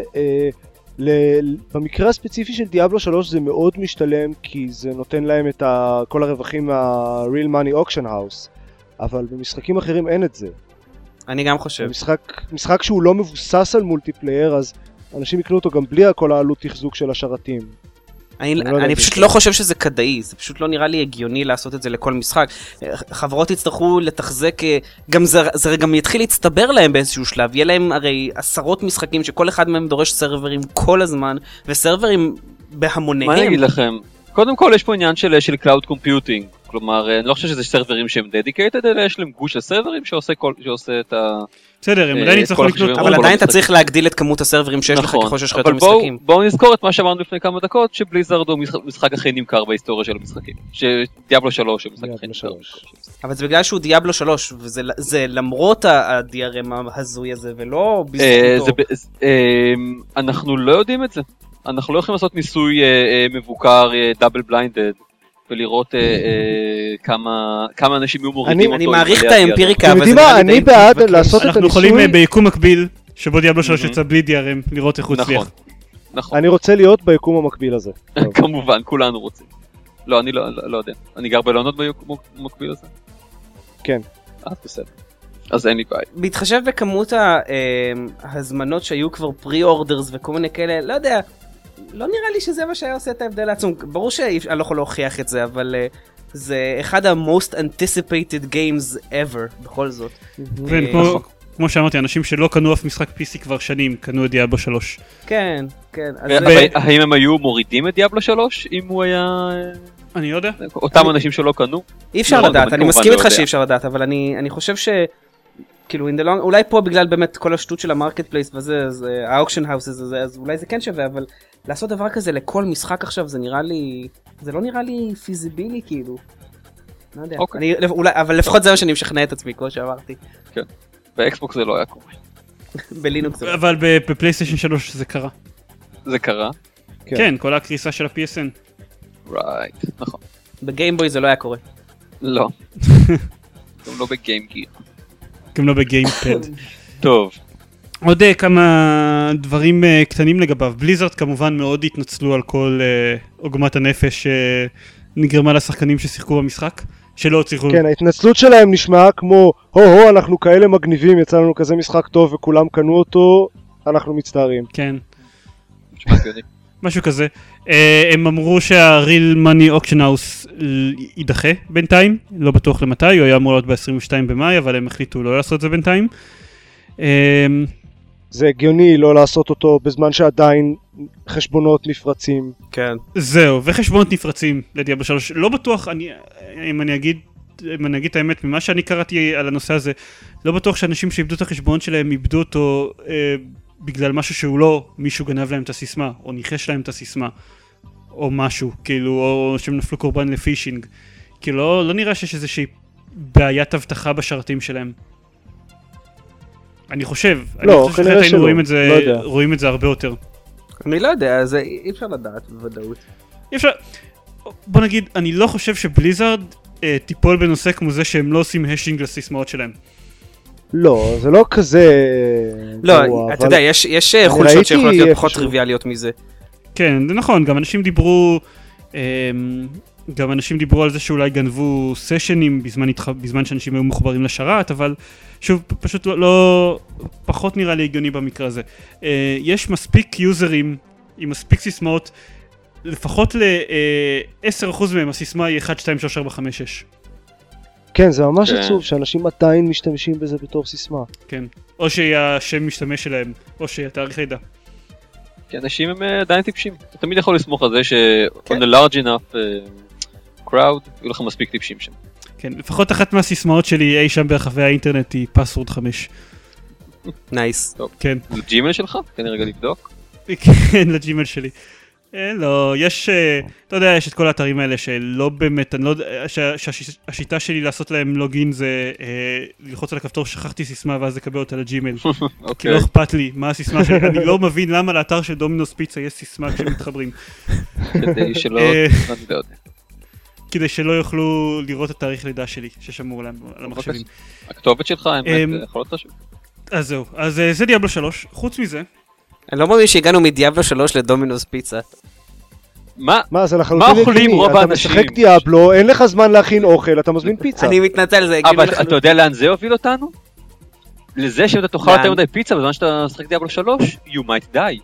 במקרה הספציפי של דיאבלו שלוש זה מאוד משתלם, כי זה נותן להם את כל הרווחים מה-real money auction house, אבל במשחקים אחרים אין את זה. אני גם חושב. משחק שהוא לא מבוסס על מולטיפלייר, אז אנשים יקנו אותו גם בלי כל העלות תחזוק של השרתים. אני, אני, אני פשוט לא חושב שזה כדאי, זה פשוט לא נראה לי הגיוני לעשות את זה לכל משחק. חברות יצטרכו לתחזק, גם זה, זה גם יתחיל להצטבר להם באיזשהו שלב, יהיה להם הרי עשרות משחקים שכל אחד מהם דורש סרברים כל הזמן, וסרברים בהמוניהם. מה אני אגיד לכם? קודם כל יש פה עניין של, של Cloud Computing, כלומר אני לא חושב שזה סרברים שהם dedicated, אלא יש להם גוש של סרברים שעושה, כל, שעושה את ה... בסדר, הם עדיין יצטרכו לקנות... אבל עדיין אתה צריך להגדיל את כמות הסרברים שיש לך ככל שיש לך יותר משחקים. בואו נזכור את מה שאמרנו לפני כמה דקות, שבליזרד הוא משחק הכי נמכר בהיסטוריה של המשחקים. שדיאבלו שלוש הוא משחק הכי נמכר. אבל זה בגלל שהוא דיאבלו שלוש, וזה למרות ה-די אר אם ההזוי הזה, ולא בזכותו. אנחנו לא יודעים את זה. אנחנו לא יכולים לעשות ניסוי מבוקר, דאבל בליינדד. ולראות כמה אנשים יהיו מורידים אותו. אני מעריך את האמפיריקה, אבל זה נראה לי די... אני בעד לעשות את הניסוי... אנחנו יכולים ביקום מקביל, שבו דיאבלו שלוש יצא בלי די אר אם, לראות איך הוא הצליח. נכון. אני רוצה להיות ביקום המקביל הזה. כמובן, כולנו רוצים. לא, אני לא יודע. אני גר בלעונות ביקום המקביל הזה? כן. אה, בסדר. אז אין לי בעיה. בהתחשב בכמות ההזמנות שהיו כבר פרי-אורדרס וכל מיני כאלה, לא יודע... לא נראה לי שזה מה שהיה עושה את ההבדל העצום. ברור שאני לא יכול להוכיח את זה, אבל uh, זה אחד ה-most anticipated games ever, בכל זאת. כן, כמו, כמו שאמרתי, אנשים שלא קנו אף משחק פי סי כבר שנים, קנו את דיאבלו שלוש. כן, כן. האם הם היו מורידים את דיאבלו שלוש, אם הוא היה... אני לא יודע. אותם אנשים שלא קנו? אי אפשר לדעת, אני מסכים איתך שאי אפשר לדעת, אבל אני חושב ש... כאילו, אולי פה בגלל באמת כל השטות של המרקט פלייס וזה, האוקשן האוס הזה, אז אולי זה כן שווה, אבל לעשות דבר כזה לכל משחק עכשיו, זה נראה לי, זה לא נראה לי פיזיבילי, כאילו. לא יודע. אני, אולי, אבל לפחות זה מה שאני משכנע את עצמי, כמו שאמרתי. כן. באקסבוקס זה לא היה קורה. בלינוקס. אבל בפלייסטיישן שלוש זה קרה. זה קרה? כן, כל הקריסה של ה-פי אס אן. רייט, נכון. בגיימבוי זה לא היה קורה. לא. גם לא בגיימגיר. גם לא בגיימפד. טוב. עוד כמה דברים קטנים לגביו. בליזרד כמובן מאוד התנצלו על כל עוגמת הנפש שנגרמה לשחקנים ששיחקו במשחק, שלא צריכו... כן, ההתנצלות שלהם נשמעה כמו, הו-הו, אנחנו כאלה מגניבים, יצא לנו כזה משחק טוב וכולם קנו אותו, אנחנו מצטערים. כן. משהו כזה. הם אמרו שה-Real Money Auction House יידחה בינתיים, לא בטוח למתי, הוא היה אמור להיות ב-עשרים ושניים במאי, אבל הם החליטו לא לעשות את זה בינתיים. זה הגיוני לא לעשות אותו בזמן שעדיין חשבונות נפרצים. כן. זהו, וחשבונות נפרצים לדיאבלו שלוש. לא בטוח, אני, אם אני אגיד, אם אני אגיד את האמת, ממה שאני קראתי על הנושא הזה, לא בטוח שאנשים שאיבדו את החשבון שלהם, איבדו אותו אה, בגלל משהו שהוא לא, מישהו גנב להם את הסיסמה, או ניחש להם את הסיסמה, או משהו, כאילו, או שהם נפלו קורבן לפישינג. כאילו, לא, לא נראה שיש איזושהי בעיית הבטחה בשרתים שלהם. אני חושב, לא, אני חושב שחלט היינו רואים את זה, לא רואים את זה הרבה יותר. אני לא יודע, זה אי אפשר לדעת בוודאות. אי אפשר, בוא נגיד, אני לא חושב שבליזארד אה, טיפול בנושא כמו זה שהם לא עושים השינג לסיסמאות שלהם. לא, זה לא כזה... לא, גרוע, אתה יודע, יש, יש חולשות שיכולות להיות פחות טריוויאליות מזה. כן, זה נכון, גם אנשים דיברו, אה, גם אנשים דיברו על זה שאולי גנבו סשנים בזמן, התח... בזמן שאנשים היו מחוברים לשרת, אבל שוב, פשוט לא, לא פחות נראה לי הגיוני במקרה הזה. אה, יש מספיק יוזרים עם מספיק סיסמאות, לפחות ל-עשרה אחוז מהם הסיסמה היא אחת, שתיים, שלוש, ארבע, חמש, שש. כן, זה ממש כן. עצוב שאנשים עדיין משתמשים בזה בתור סיסמה. כן, או שיהיה השם משתמש שלהם, או שיהיה תאריך לידה. כי אנשים הם אה, עדיין טיפשים. אתה תמיד יכול לסמוך על זה ש- on a large enough uh, crowd, יהיו לך מספיק טיפשים שם. כן, לפחות אחת מהסיסמאות שלי אי שם ברחבי האינטרנט היא פסוורד חמש. נייס. כן, לג'ימל שלך? תן לי רגע לבדוק. כן, לג'ימל שלי. אה, לא, יש, אה, אתה יודע, יש את כל האתרים האלה שלא באמת, אני לא יודע, שה- שהשיטה שלי לעשות להם לוגין זה אה, ללחוץ על הכפתור, שכחתי סיסמה ואז לקבל אותה לג'ימל. כי אוקיי. לא אכפת לי מה הסיסמה שלי, אני לא מבין למה לאתר של דומינוס פיצה יש סיסמה כשמתחברים. כדי שלא... אה, אני לא יודע. כדי שלא יוכלו לראות את תאריך לידה שלי, ששמור להם על המחשבים. הכתובת שלך, אמ, האמת, יכול להיות חשוב. אז זהו, אז אה, זה דיאבלו שלוש. חוץ מזה, אני לא מאמין שהגענו מדיאבלו שלוש לדומינוס פיצה. מה? מה, זה לחלוטין מה אוכלים הגיוני. רוב אתה האנשים? משחק דיאבלו, אין לך זמן להכין אוכל, אתה מזמין פיצה. אני מתנצל, זה הגיוני אבל אתה יודע לאן זה הוביל אותנו? לזה שאם אתה תאכל לאן? יותר מדי פיצה בזמן שאתה משחק דיאבלו שלוש, you might die.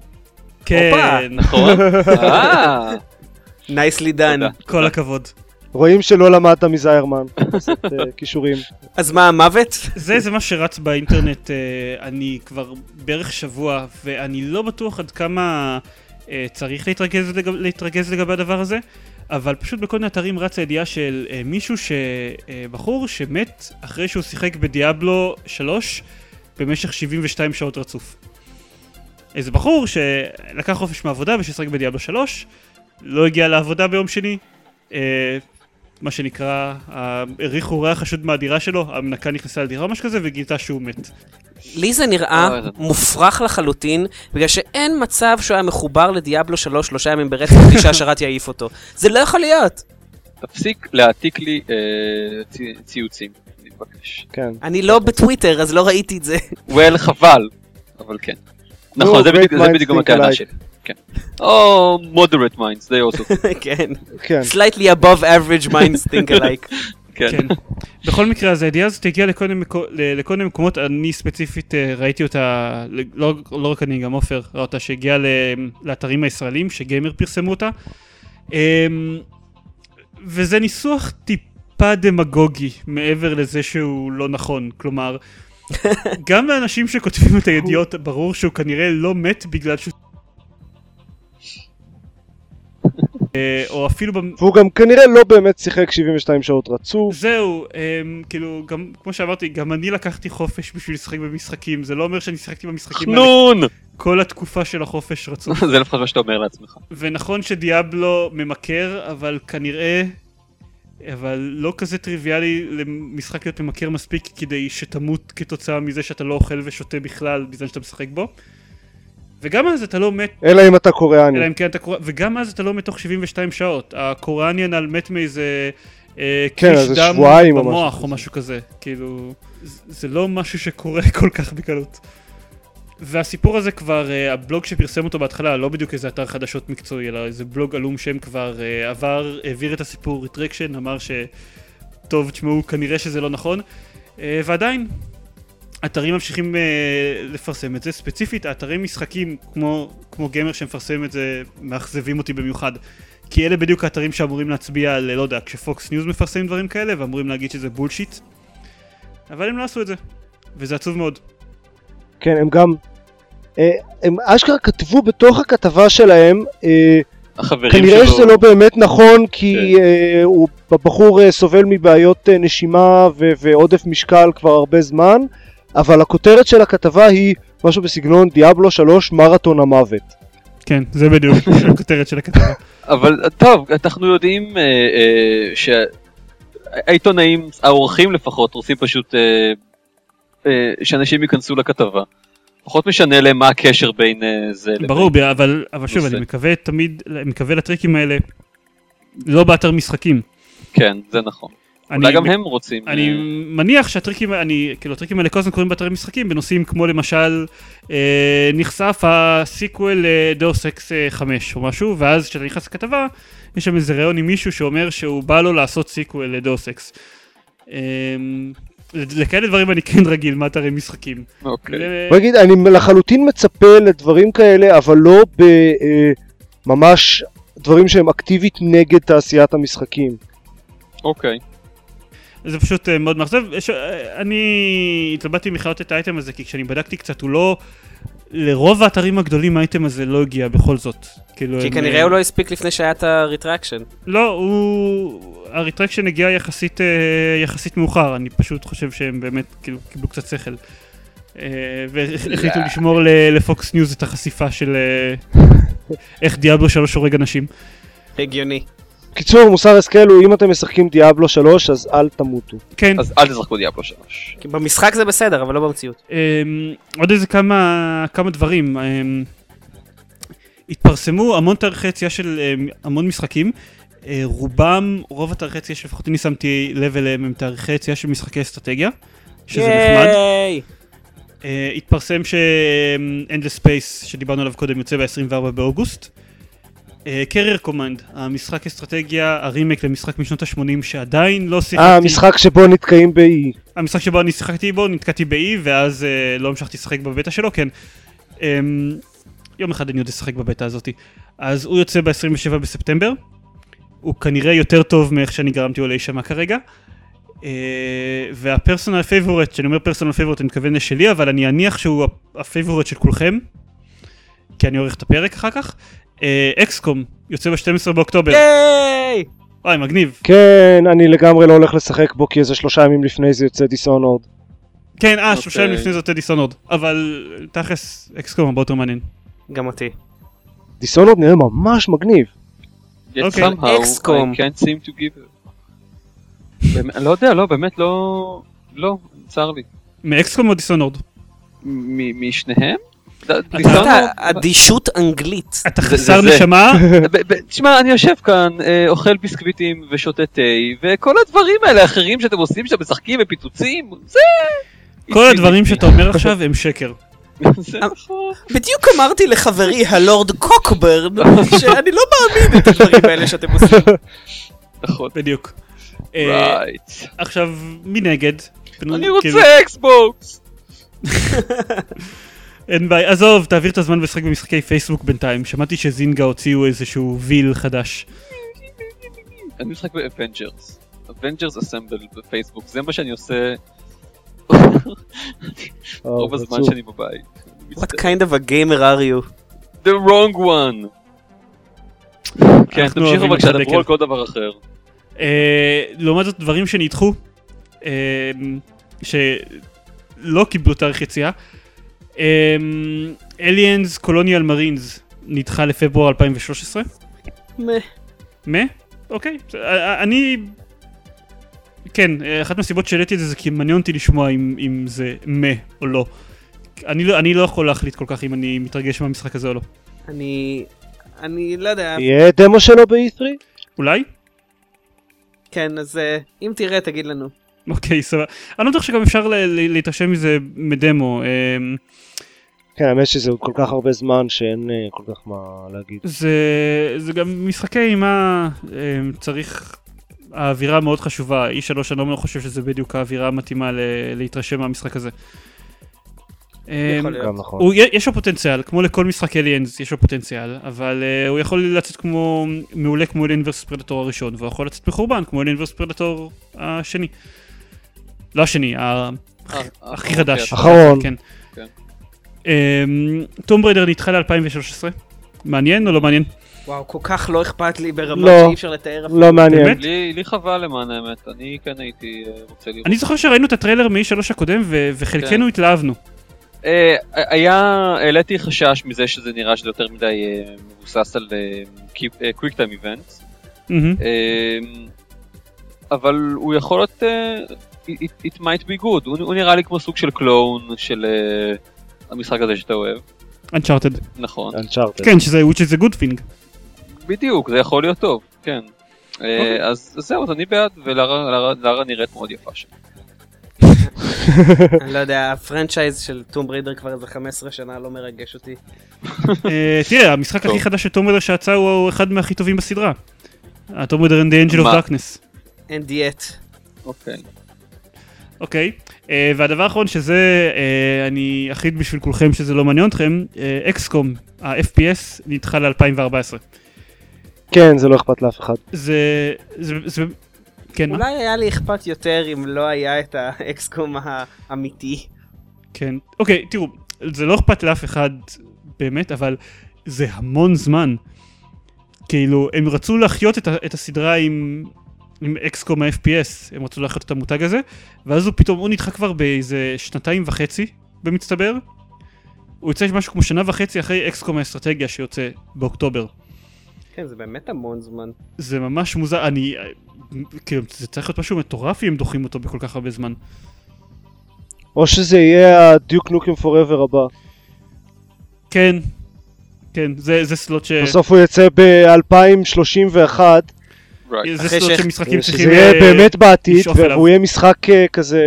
כן, נכון? אה, נייסלי תודה. דן. כל הכבוד. רואים שלא למדת מזיירמן. לעשות, אה, כישורים. אז מה, המוות? זה, זה מה שרץ באינטרנט, אה, אני כבר בערך שבוע, ואני לא בטוח עד כמה אה, צריך להתרגז, לגב, להתרגז לגבי הדבר הזה, אבל פשוט בכל מיני אתרים רץ הידיעה של אה, מישהו, ש, אה, בחור שמת אחרי שהוא שיחק בדיאבלו שלוש במשך שבעים ושתיים שעות רצוף. איזה בחור שלקח חופש מהעבודה וששיחק בדיאבלו שלוש, לא הגיע לעבודה ביום שני, אה, מה שנקרא, העריכו ריח חשוד מהדירה שלו, המנקה נכנסה לדירה או משהו כזה וגילתה שהוא מת. לי זה נראה אה, זה- מופרך לחלוטין, בגלל שאין מצב שהוא היה מחובר לדיאבלו שלוש שלושה ימים ברצף בלי שהשרת יעיף אותו. זה לא יכול להיות. תפסיק להעתיק לי אה, צי- ציוצים, אני מבקש. כן. אני לא בטוויטר, אז לא ראיתי את זה. well, חבל, אבל כן. נכון, זה great בדיוק- זה minds בדיוק think הטענה alike. שלי. כן. או moderate minds, they also. כן. כן. Slightly above average minds think alike. כן. כן. בכל מקרה, אז הידיעה הזאת הגיעה לכל מיני מקו- ל- לכל מיני מקומות, אני ספציפית אה, ראיתי אותה, ל- לא, לא רק אני, גם עופר ראה אותה, שהגיעה ל- לאתרים הישראלים, שגיימר פרסמו אותה. אמ, וזה ניסוח טיפה דמגוגי, מעבר לזה שהוא לא נכון. כלומר, גם לאנשים שכותבים את הידיעות, ברור שהוא כנראה לא מת בגלל שהוא... אה, או אפילו... במ- והוא גם כנראה לא באמת שיחק שבעים ושתיים שעות רצוף. זהו, um, כאילו, גם, כמו שאמרתי, גם אני לקחתי חופש בשביל לשחק במשחקים, זה לא אומר שאני שיחקתי במשחקים האלה חנון! כל התקופה של החופש רצוף. זה לפחות מה שאתה אומר לעצמך. ונכון שדיאבלו ממכר, אבל כנראה, אבל לא כזה טריוויאלי למשחק להיות ממכר מספיק כדי שתמות כתוצאה מזה שאתה לא אוכל ושותה בכלל בזמן שאתה משחק בו. וגם אז אתה לא מת, אלא אם אתה קוריאני. אלא אם כן אתה קורא, וגם אז אתה לא מת תוך שבעים ושתיים שעות. הקוריאניאן על מת מאיזה אה, כן, כביש איזה דם שבועיים או במוח משהו או משהו כזה. כאילו, זה- זה לא משהו שקורה כל כך בקלות. והסיפור הזה כבר, אה, הבלוג שפרסם אותו בהתחלה, לא בדיוק איזה אתר חדשות מקצועי, אלא איזה בלוג עלום שם כבר אה, עבר, העביר את הסיפור ריטרקשן, אמר ש... טוב, תשמעו, כנראה שזה לא נכון. אה, ועדיין, אתרים ממשיכים uh, לפרסם את זה, ספציפית האתרי משחקים כמו, כמו גיימר שמפרסם את זה מאכזבים אותי במיוחד, כי אלה בדיוק האתרים שאמורים להצביע על, לא יודע, כשפוקס ניוז מפרסמים דברים כאלה ואמורים להגיד שזה בולשיט, אבל הם לא עשו את זה, וזה עצוב מאוד. כן, הם גם, הם אשכרה כתבו בתוך הכתבה שלהם, כנראה שזה לא באמת נכון, כי הוא בבחור סובל מבעיות נשימה ועודף משקל כבר הרבה זמן, אבל הכותרת של הכתבה היא משהו בסגנון דיאבלו שלוש מרתון המוות. כן, זה בדיוק הכותרת של הכתבה. אבל טוב, אנחנו יודעים שהעיתונאים, האורחים לפחות, רוצים פשוט שאנשים ייכנסו לכתבה. פחות משנה להם מה הקשר בין זה לבין... ברור, אבל, אבל שוב, אני מקווה תמיד, מקווה לטריקים האלה, לא באתר משחקים. כן, זה נכון. אולי גם הם רוצים... אני מניח שהטריקים, אני, כאילו, הטריקים האלה כל הזמן קוראים באתרי משחקים, בנושאים כמו למשל, אה, נחשף הסיקוול לדאוס אקס חמש או משהו, ואז כשאתה נכנס לכתבה, יש שם איזה ראיון עם מישהו שאומר שהוא בא לו לעשות סיקוול לדאוס אקס. אה, לכאלה דברים אני כן רגיל מאתרי משחקים. אוקיי. בוא נגיד, אני לחלוטין מצפה לדברים כאלה, אבל לא בממש דברים שהם אקטיבית נגד תעשיית המשחקים. אוקיי. זה פשוט מאוד מאכזב. אני התלבטתי מחלות את האייטם הזה, כי כשאני בדקתי קצת, הוא לא... לרוב האתרים הגדולים האייטם הזה לא הגיע בכל זאת. כי כנראה הוא לא הספיק לפני שהיה את הריטרקשן. לא, הוא... הריטרקשן הגיע יחסית, יחסית מאוחר, אני פשוט חושב שהם באמת כאילו קיבלו קצת שכל. והחליטו לשמור לפוקס ניוז את החשיפה של איך דיאבלו שלוש הורג אנשים. הגיוני. קיצור, מוסר השכל הוא, אם אתם משחקים דיאבלו שלוש, אז אל תמותו. כן. אז אל תשחקו דיאבלו שלוש. כי במשחק זה בסדר, אבל לא במציאות. עוד איזה כמה, כמה דברים. התפרסמו המון תאריכי יציאה של המון משחקים. רובם, רוב התאריכי יציאה שלפחות אני שמתי לב אליהם, הם תאריכי יציאה של משחקי אסטרטגיה. שזה נחמד. התפרסם ש-Endless Space, שדיברנו עליו קודם, יוצא ב-עשרים וארבעה באוגוסט. קרייר קומנד, המשחק אסטרטגיה, הרימק למשחק משנות ה-שמונים שעדיין לא שיחקתי. אה, המשחק שבו נתקעים ב-E. המשחק שבו אני שיחקתי בו, נתקעתי ב-E, ואז לא המשכתי לשחק בבטא שלו, כן. יום אחד אני עוד אשחק בבטא הזאת. אז הוא יוצא ב-עשרים ושבעה בספטמבר. הוא כנראה יותר טוב מאיך שאני גרמתי לו להישמע כרגע. והפרסונל פייבורט, שאני אומר פרסונל פייבורט, אני מתכוון לשלי, אבל אני אניח שהוא הפייבורט של כולכם, כי אני עורך את הפרק אחר כך. אקסקום יוצא ב-שנים עשר באוקטובר. ייי! וואי, מגניב. כן, אני לגמרי לא הולך לשחק בו, כי איזה שלושה ימים לפני זה יוצא דיסונורד. כן, אה, שלושה ימים לפני זה יוצא דיסונורד. אבל תכלס, אקסקום הרבה יותר מעניין. גם אותי. דיסונורד נראה ממש מגניב. Yet somehow I can't seem to give it. לא יודע, לא, באמת לא... לא, צר לי. מאקסקום או דיסונורד? משניהם? אדישות אנגלית. אתה חסר נשמה? תשמע, אני יושב כאן, אוכל ביסקוויטים ושותה תה, וכל הדברים האלה האחרים שאתם עושים, שאתם משחקים ופיצוצים, זה... כל הדברים שאתה אומר עכשיו הם שקר. בדיוק אמרתי לחברי הלורד קוקברן, שאני לא מאמין את הדברים האלה שאתם עושים. נכון. בדיוק. רייט. עכשיו, מנגד... אני רוצה אקסבוקס! אין בעיה, עזוב, תעביר את הזמן ושחק במשחקי פייסבוק בינתיים. שמעתי שזינגה הוציאו איזשהו ויל חדש. אני משחק באבנג'רס. אבנג'רס אסמבל בפייסבוק, זה מה שאני עושה רוב הזמן שאני בבית. What kind of a gamer are you? The wrong one! כן, תמשיכו בבקשה, דברו על כל דבר אחר. לעומת זאת, דברים שנדחו, שלא קיבלו תאריך יציאה, Aliens Colonial Marines נדחה לפברואר אלפיים ושלוש עשרה. מה? מה? אוקיי. אני... כן, אחת מהסיבות שהעליתי את זה זה כי מעניין אותי לשמוע אם, אם זה מה או לא. אני לא. אני לא יכול להחליט כל כך אם אני מתרגש מהמשחק הזה או לא. אני... אני לא יודע. יהיה דמו שלו ב-E שלוש? אולי? כן, אז אם תראה תגיד לנו. אוקיי, סבבה. אני לא בטוח שגם אפשר להתרשם מזה מדמו. כן, האמת שזה עוד כל כך הרבה זמן שאין כל כך מה להגיד. זה, זה גם משחקי אימה, צריך, האווירה מאוד חשובה. E שלוש אני לא חושב שזה בדיוק האווירה המתאימה להתרשם מהמשחק הזה. יכול להיות. גם נכון. הוא, יש לו פוטנציאל, כמו לכל משחק אליאנס יש לו פוטנציאל, אבל uh, הוא יכול לצאת כמו, מעולה כמו אליאן ורס פרדטור הראשון, והוא יכול לצאת מחורבן כמו אליאן ורס פרדטור השני. לא השני, ה... הכי חדש. אחרון. כן. טום בריידר נדחה ל-אלפיים ושלוש עשרה. מעניין או לא מעניין? וואו, כל כך לא אכפת לי ברמה לא. שאי אפשר לתאר אפילו. לא מעניין. באמת? לי לי חבל למען האמת, אני כן הייתי אה, רוצה לראות. אני זוכר שראינו את הטריילר מ-E שלוש הקודם, ו- וחלקנו התלהבנו. אה, היה, העליתי חשש מזה שזה נראה שזה יותר מדי אה, מבוסס על קוויק טיים איבנטס, מהמם. אבל הוא יכול להיות, אה, it, it might be good, הוא, הוא נראה לי כמו סוג של קלון של אה, המשחק הזה שאתה אוהב, Uncharted. נכון, Uncharted. כן, שזה which is a good thing. בדיוק, זה יכול להיות טוב, כן. אה, אז אז זהו, אז אני בעד, ולארה לארה- לארה נראית מאוד יפה שם. אני לא יודע, הפרנצ'ייז של טום בריידר כבר איזה חמש עשרה שנה לא מרגש אותי. אה, תראה, המשחק הכי טוב. חדש של טום בריידר שיצא הוא אחד מהכי טובים בסדרה. טום בריידר and the Angel of מה? Darkness. אין דיאט. אוקיי. אוקיי, אה, והדבר האחרון שזה, אה, אני אחיד בשביל כולכם שזה לא מעניין אתכם, אקסקום, ה-אף פי אס נדחה ל-אלפיים וארבע עשרה. כן, זה לא אכפת לאף אחד. זה, זה, זה, כן, מה? אולי היה לי אכפת יותר אם לא היה את האקסקום האמיתי. כן. אוקיי, תראו, זה לא אכפת לאף אחד באמת, אבל זה המון זמן. כאילו, הם רצו להחיות את, ה- את הסדרה עם, עם אקסקום ה-אף פי אס, הם רצו להחיות את המותג הזה, ואז הוא פתאום, הוא נדחה כבר באיזה שנתיים וחצי, במצטבר. הוא יוצא משהו כמו שנה וחצי אחרי אקסקום האסטרטגיה שיוצא באוקטובר. כן, זה באמת המון זמן. זה ממש מוזר, אני, כאילו, זה צריך להיות משהו מטורף אם דוחים אותו בכל כך הרבה זמן. או שזה יהיה ה-Duke Nukem Forever הבא. כן, כן, זה, זה סלוט ש... בסוף הוא יצא ב-אלפיים שלושים ואחת, Right. זה אחרי סלוט ש- שמשחקים שזה צריכים... יהיה אה, באמת בעתיד, לשאוף אליו. והוא יהיה משחק אה, כזה...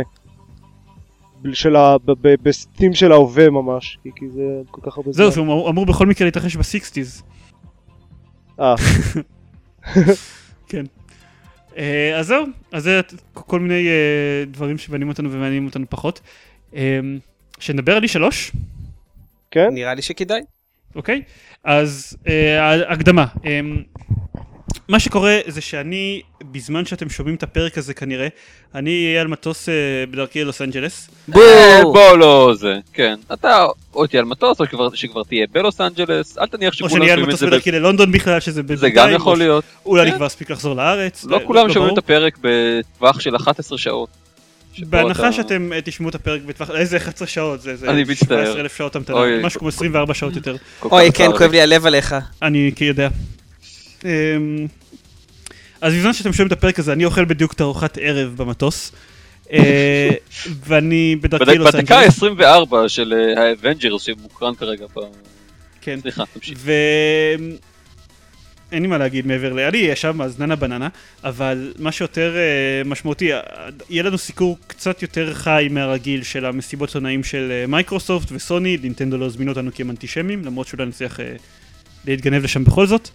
של ה... ב- ב- בסטים של ההווה ממש, כי- כי זה כל כך הרבה זמן. זהו, הוא אמור בכל מקרה להתרחש ב-סיקסטיז. אה, כן. אה, אז זהו, אז זה כל מיני אה, דברים שמעניינים אותנו ומעניינים אותנו פחות. אה, שנדבר על אי שלוש, כן? נראה לי שכדאי. אוקיי? אז אה, הקדמה. אה, מה שקורה זה שאני, בזמן שאתם שומעים את הפרק הזה כנראה, אני אהיה על מטוס אה, בדרכי ללוס אנג'לס. בואו! בוא לא זה, כן. אתה או תהיה על מטוס או שכבר- שכבר תהיה בלוס אנג'לס, אל תניח או שכולם שאני אהיה על שומעים את מטוס זה. ב- בדרכי ללונדון בכלל, שזה בינתיים. זה גם יכול או ש- להיות. אולי אני כן. כבר אספיק לחזור לארץ. לא אה, כולם שומעים ברור. את הפרק בטווח של אחת עשרה שעות. שבו בהנחה אתה- שאתם אה, תשמעו את הפרק בטווח, איזה אחת עשרה שעות, זה זה אני מצטער. שבע עשרה אלף שעות המתנה, אוי. משהו כמו עשרים וארבע שעות יותר, כל אוי, כך כן, צר כואב לי הלב עליך. אני כי יודע. אמ, אז בזמן שאתם שומעים את הפרק הזה, אני אוכל בדיוק את ארוחת ערב במטוס, אה, ואני בדרכי בד- לוס בדקה אנג'לס. עשרים וארבע של האבנג'רס שמוקרן כרגע. ב- כן. סליחה, תמשיך. ואין לי מה להגיד מעבר ל... אני אהיה שם, אז ננה בננה, אבל מה שיותר אה, משמעותי, אה, יהיה לנו סיקור קצת יותר חי מהרגיל של המסיבות עונאים של אה, מייקרוסופט וסוני, נינטנדו לא הזמינו אותנו כי הם אנטישמים, למרות שאולי נצליח אה, להתגנב לשם בכל זאת,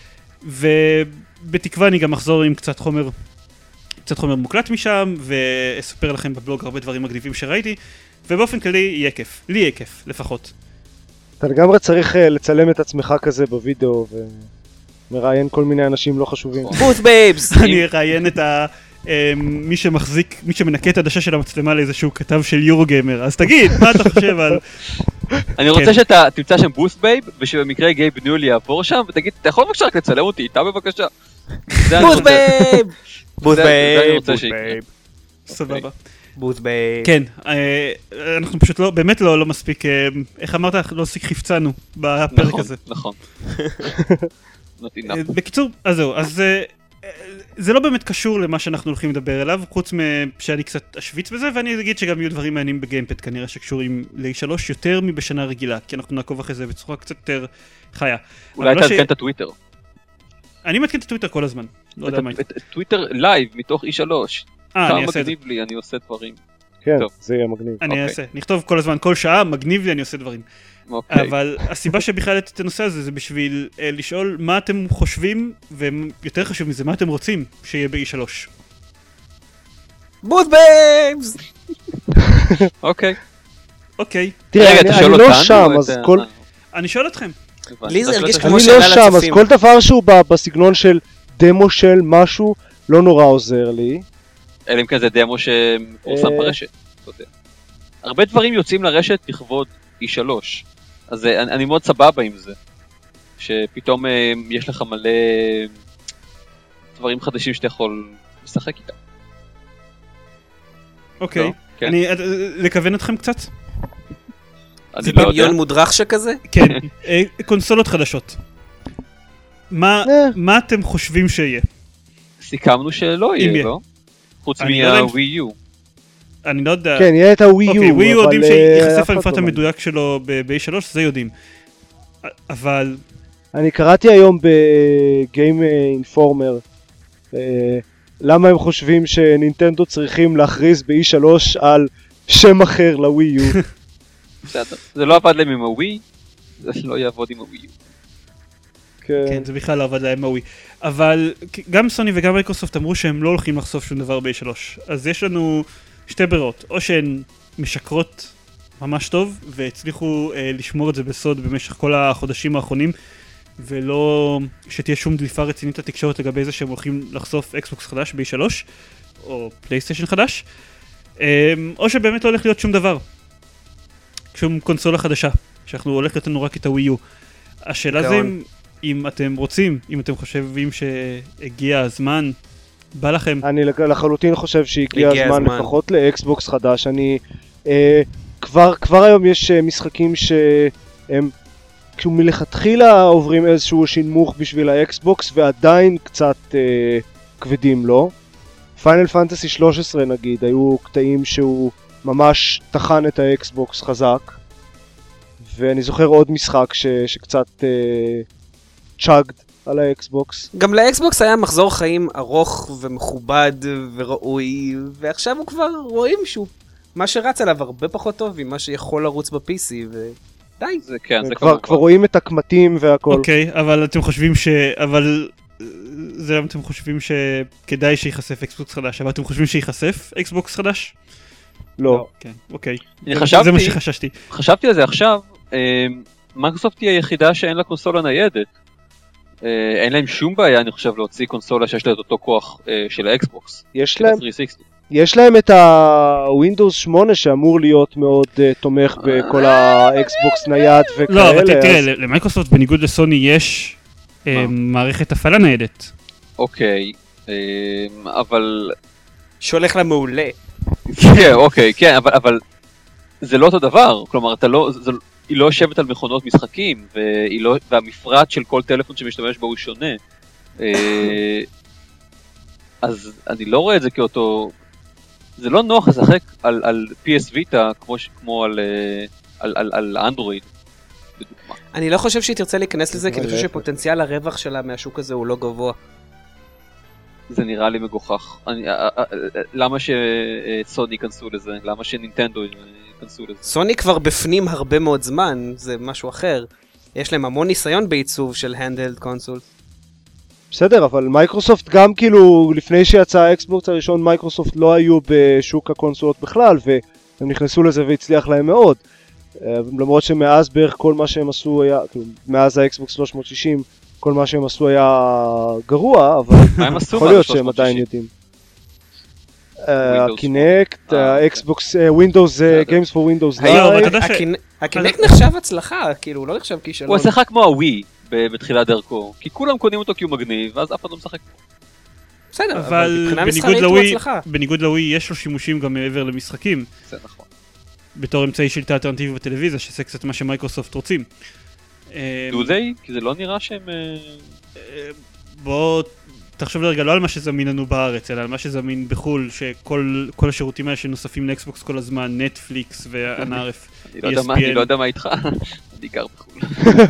ובתקווה אני גם אחזור עם קצת חומר, קצת חומר מוקלט משם, ואספר לכם בבלוג הרבה דברים מגניבים שראיתי, ובאופן כללי יהיה כיף, לי יהיה כיף, לפחות. אתה לגמרי צריך אה, לצלם את עצמך כזה בווידאו ומראיין כל מיני אנשים לא חשובים. בוט בייבס! אני אראיין את ה... אה, מי שמחזיק, מי שמנקה את הדשה של המצלמה לאיזשהו כתב של יורו-גיימר, אז תגיד, מה אתה חושב על... אני רוצה כן. שאתה תמצא שם בוסט בייב, ושבמקרה גייב ניול יעבור שם, ותגיד, אתה יכול בבקשה רק לצלם אותי איתה בבקשה? זה אני בוט רוצה. בייב! בוט זה- זה אני בייב! רוצה בוט שיקרה. בייב! סבבה. בוט בייב! כן, אה, אנחנו פשוט לא, באמת לא לא מספיק, אה, איך אמרת, לא מספיק חפצנו בפרק נכון, הזה. נכון. Not enough. אה, בקיצור, אז זהו, אז אה, אה, זה לא באמת קשור למה שאנחנו הולכים לדבר אליו, חוץ משאני קצת אשוויץ בזה, ואני אגיד שגם יהיו דברים מעניינים בגיימפד, כנראה שקשורים ל-אי שלוש יותר מבשנה רגילה, כי אנחנו נעקוב אחרי זה בצורה קצת יותר חיה. אולי אבל לא ש- תעדכן את הטוויטר. אני מתקן את הטוויטר כל הזמן, לא יודע את- מה. את- את טוויטר לייב מתוך אי שלוש. אה, כמה אני אעשה את זה. מגניב לי, אני עושה דברים. כן, טוב. זה יהיה מגניב. אני אוקיי. אעשה, נכתוב כל הזמן, כל שעה, מגניב לי, אני עושה דברים. אוקיי. אבל הסיבה שבכלל העליתי את הנושא הזה זה בשביל אה, לשאול מה אתם חושבים, ויותר חשוב מזה, מה אתם רוצים שיהיה ב-אי שלוש. בוט בייבס! אוקיי. אוקיי. תראה, רגע, אני אתה אני שואל לא אותנו, שם, או אז את- כל... אה, אני שואל אתכם. הבנתי. לי זה אתה הרגיש שואל את כמו אני השאלה. לא שאלה שם, אז לצופים. כל דבר שהוא ב- בסגנון של דמו של משהו, לא נורא עוזר לי. אלא אם כן זה דמו שמפורסם אה. ברשת. אתה יודע. הרבה דברים יוצאים לרשת לכבוד אי שלוש. אז אה, אני אני מאוד סבבה עם זה. שפתאום אה, יש לך מלא דברים חדשים שאתה יכול לשחק איתם. אוקיי. לא? כן. אני... אה, לכוון אתכם קצת? אני זה לא יודע. דמיון מודרך שכזה? כן. אה, קונסולות חדשות. מה אה. מה אתם חושבים שיהיה? סיכמנו שלא אם יהיה, יהיה. לא? חוץ אני לא יודע אם- מהווי יו. אני לא יודע. כן, יהיה את הווי אוקיי, יו, ווי יו יודעים אבל, אה, שיחשף אף אחד המפרט לא מאמין. המדויק שלו ב-איי שלוש, זה יודעים. אבל... אני קראתי היום בגיים אינפורמר למה הם חושבים שנינטנדו צריכים להכריז ב-אי שלוש על שם אחר לווי יו. בסדר. זה לא עבד להם עם הווי, זה לא יעבוד עם הווי יו. כן, זה בכלל לא עבד להם הווי. אבל גם סוני וגם מייקרוסופט אמרו שהם לא הולכים לחשוף שום דבר ב-איי שלוש. אז יש לנו שתי ברירות. או שהן משקרות ממש טוב, והצליחו אה, לשמור את זה בסוד במשך כל החודשים האחרונים, ולא שתהיה שום דליפה רצינית לתקשורת לגבי זה שהם הולכים לחשוף אקסבוקס חדש ב-איי שלוש, או פלייסטיישן חדש, אה, או שבאמת לא הולך להיות שום דבר. שום קונסולה חדשה, שאנחנו הולך להיות לנו רק את הווי יו. השאלה זה אם, אם אתם רוצים, אם אתם חושבים שהגיע הזמן, בא לכם. אני לג- לחלוטין חושב שהגיע הגיע הזמן הזמן. לפחות לאקסבוקס חדש. אני אה, כבר כבר היום יש אה, משחקים שהם כאילו מלכתחילה עוברים איזשהו שינמוך בשביל האקסבוקס ועדיין קצת אה, כבדים לו. פיינל פנטסי שלוש עשרה נגיד, היו קטעים שהוא ממש טחן את האקסבוקס חזק, ואני זוכר עוד משחק ש, שקצת אה, צ'אגד על האקסבוקס. גם לאקסבוקס היה מחזור חיים ארוך ומכובד וראוי, ועכשיו הוא כבר רואים שהוא מה שרץ עליו הרבה פחות טוב ממה שיכול לרוץ ב-פי סי, ודי. זה כן, זה כבר, כבר רואים את הקמטים והכל. אוקיי, אבל אתם חושבים ש... אבל... זה למה אתם חושבים שכדאי שיחשף אקסבוקס חדש, אבל אתם חושבים שיחשף אקסבוקס חדש? לא. כן, אוקיי. אני זה- חשבתי- זה מה שחששתי. חשבתי על זה עכשיו, אה, מייקרוסופט היא היחידה שאין לה קונסולה ניידת. אה, אין להם שום בעיה, אני חושב, להוציא קונסולה שיש לה את אותו כוח אה, של האקסבוקס. יש של להם, ה-שלוש מאות שישים. יש להם את ה-Windows שמונה שאמור להיות מאוד uh, תומך בכל האקסבוקס נייד וכאלה. לא, אבל ת- תראה, אז... ל- למייקרוסופט בניגוד לסוני יש אה, מערכת הפעלה ניידת. אוקיי, אה, אבל... שהולך לה מעולה. כן, אוקיי, כן, אבל, אבל זה לא אותו דבר. כלומר, אתה לא, זה, היא לא יושבת על מכונות משחקים, והיא לא, והמפרט של כל טלפון שמשתמש בו הוא שונה. אה, אז אני לא רואה את זה כאותו... זה לא נוח לשחק על, על פי אס ויטה כמו, ש- כמו על, אה, על, על, על אנדרואיד, בדוגמה. אני לא חושב שהיא תרצה להיכנס לזה, כי אני חושב להפך. שפוטנציאל הרווח שלה מהשוק הזה הוא לא גבוה. זה נראה לי מגוחך. אני, אה, אה, אה, למה שסוני ייכנסו לזה? למה שנינטנדו ייכנסו לזה? סוני כבר בפנים הרבה מאוד זמן, זה משהו אחר. יש להם המון ניסיון בעיצוב של handheld קונסול. בסדר, אבל מייקרוסופט גם כאילו, לפני שיצא האקסבוקס הראשון, מייקרוסופט לא היו בשוק הקונסולות בכלל, והם נכנסו לזה והצליח להם מאוד. אה, למרות שמאז בערך כל מה שהם עשו היה, כאילו, מאז האקסבוקס שלוש מאות שישים, כל מה שהם עשו היה גרוע, אבל מה הם עשו? יכול מה, להיות שלוש שהם מאות עדיין שישים? יודעים. אה, Windows הקינקט, אה, האקסבוקס, ווינדוס, בסדר. Games for Windows לא, אבל Live. אתה יודע ש- הקינ- הקינקט נחשב הצלחה, כאילו, הוא לא נחשב הוא כישלון. עושה לך כמו הווי ב- בתחילת דרכו, כי כולם קונים אותו כי הוא מגניב, ואז אף אחד לא משחק. בסדר, אבל אבל מבחינה בניגוד מסחרית הוא לווי, הצלחה. בניגוד לווי יש לו שימושים גם מעבר למשחקים, זה נכון. בתור אמצעי שליטה אלטרנטיבי בטלוויזיה, שזה קצת מה שמייקרוסופט רוצים. אה, דו די? כי זה לא נראה שהם... אה, אה, בוא תחשוב לרגע לא על מה שזמין לנו בארץ, אלא על מה שזמין בחול, שכל כל השירותים האלה שנוספים לאקסבוקס כל הזמן, נטפליקס ואנארף. אני לא יודע מה- אני לא יודע מה איתך, אני גר בחו"ל.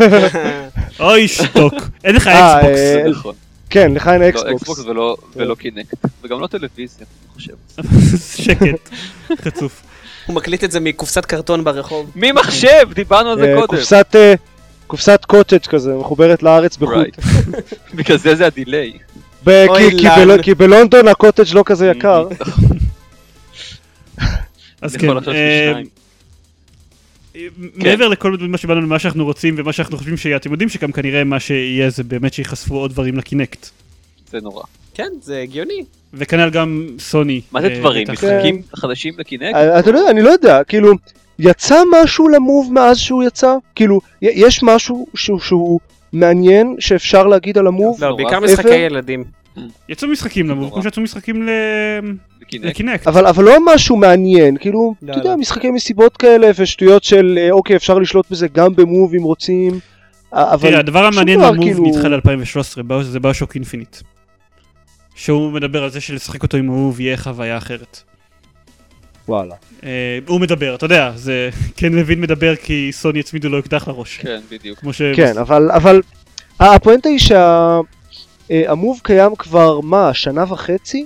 אוי, שתוק, אין לך אה, אקסבוקס. אה, זה נכון. כן, לך אין לא אקסבוקס. אקסבוקס ולא- ולא קינקט, וגם לא טלוויזיה, אני חושב. שקט, חצוף. הוא מקליט את זה מקופסת קרטון ברחוב. ממחשב, דיברנו על זה אה, קודם. קופסת, אה, קופסת קוטג' כזה, מחוברת לארץ בחוט. Right. בגלל זה זה הדיליי. ב- אוי, כי- כי לן. בלו- כי בלונדון הקוטג' לא כזה יקר. אז אני כן, יכול לחשוב אה, שניים. מעבר לכל מה שבאנו למה שאנחנו רוצים ומה שאנחנו חושבים שיהיה, אתם יודעים שגם כנראה מה שיהיה זה באמת שיחשפו עוד דברים לקינקט. זה נורא. כן, זה הגיוני. וכנ"ל גם סוני. מה זה דברים? משחקים חדשים לקינקט? אתה יודע, אני לא יודע, כאילו, יצא משהו למוב מאז שהוא יצא? כאילו, יש משהו שהוא מעניין שאפשר להגיד על המוב? לא, בעיקר משחקי ילדים. יצאו משחקים למוב, כמו שיצאו משחקים לקינקט. אבל לא משהו מעניין, כאילו, אתה יודע, משחקי מסיבות כאלה ושטויות של, אוקיי, אפשר לשלוט בזה גם במוב אם רוצים. תראה, הדבר המעניין במוב נדחה ל-אלפיים ושלוש עשרה, זה ביושוק אינפיניט. שהוא מדבר על זה שלשחק אותו עם המוב יהיה חוויה אחרת. וואלה. הוא מדבר, אתה יודע, זה כן לוין מדבר כי סוני הצמידו לו אקדח לראש. כן, בדיוק. כן, אבל הפואנטה היא שהמוב קיים כבר, מה, שנה וחצי?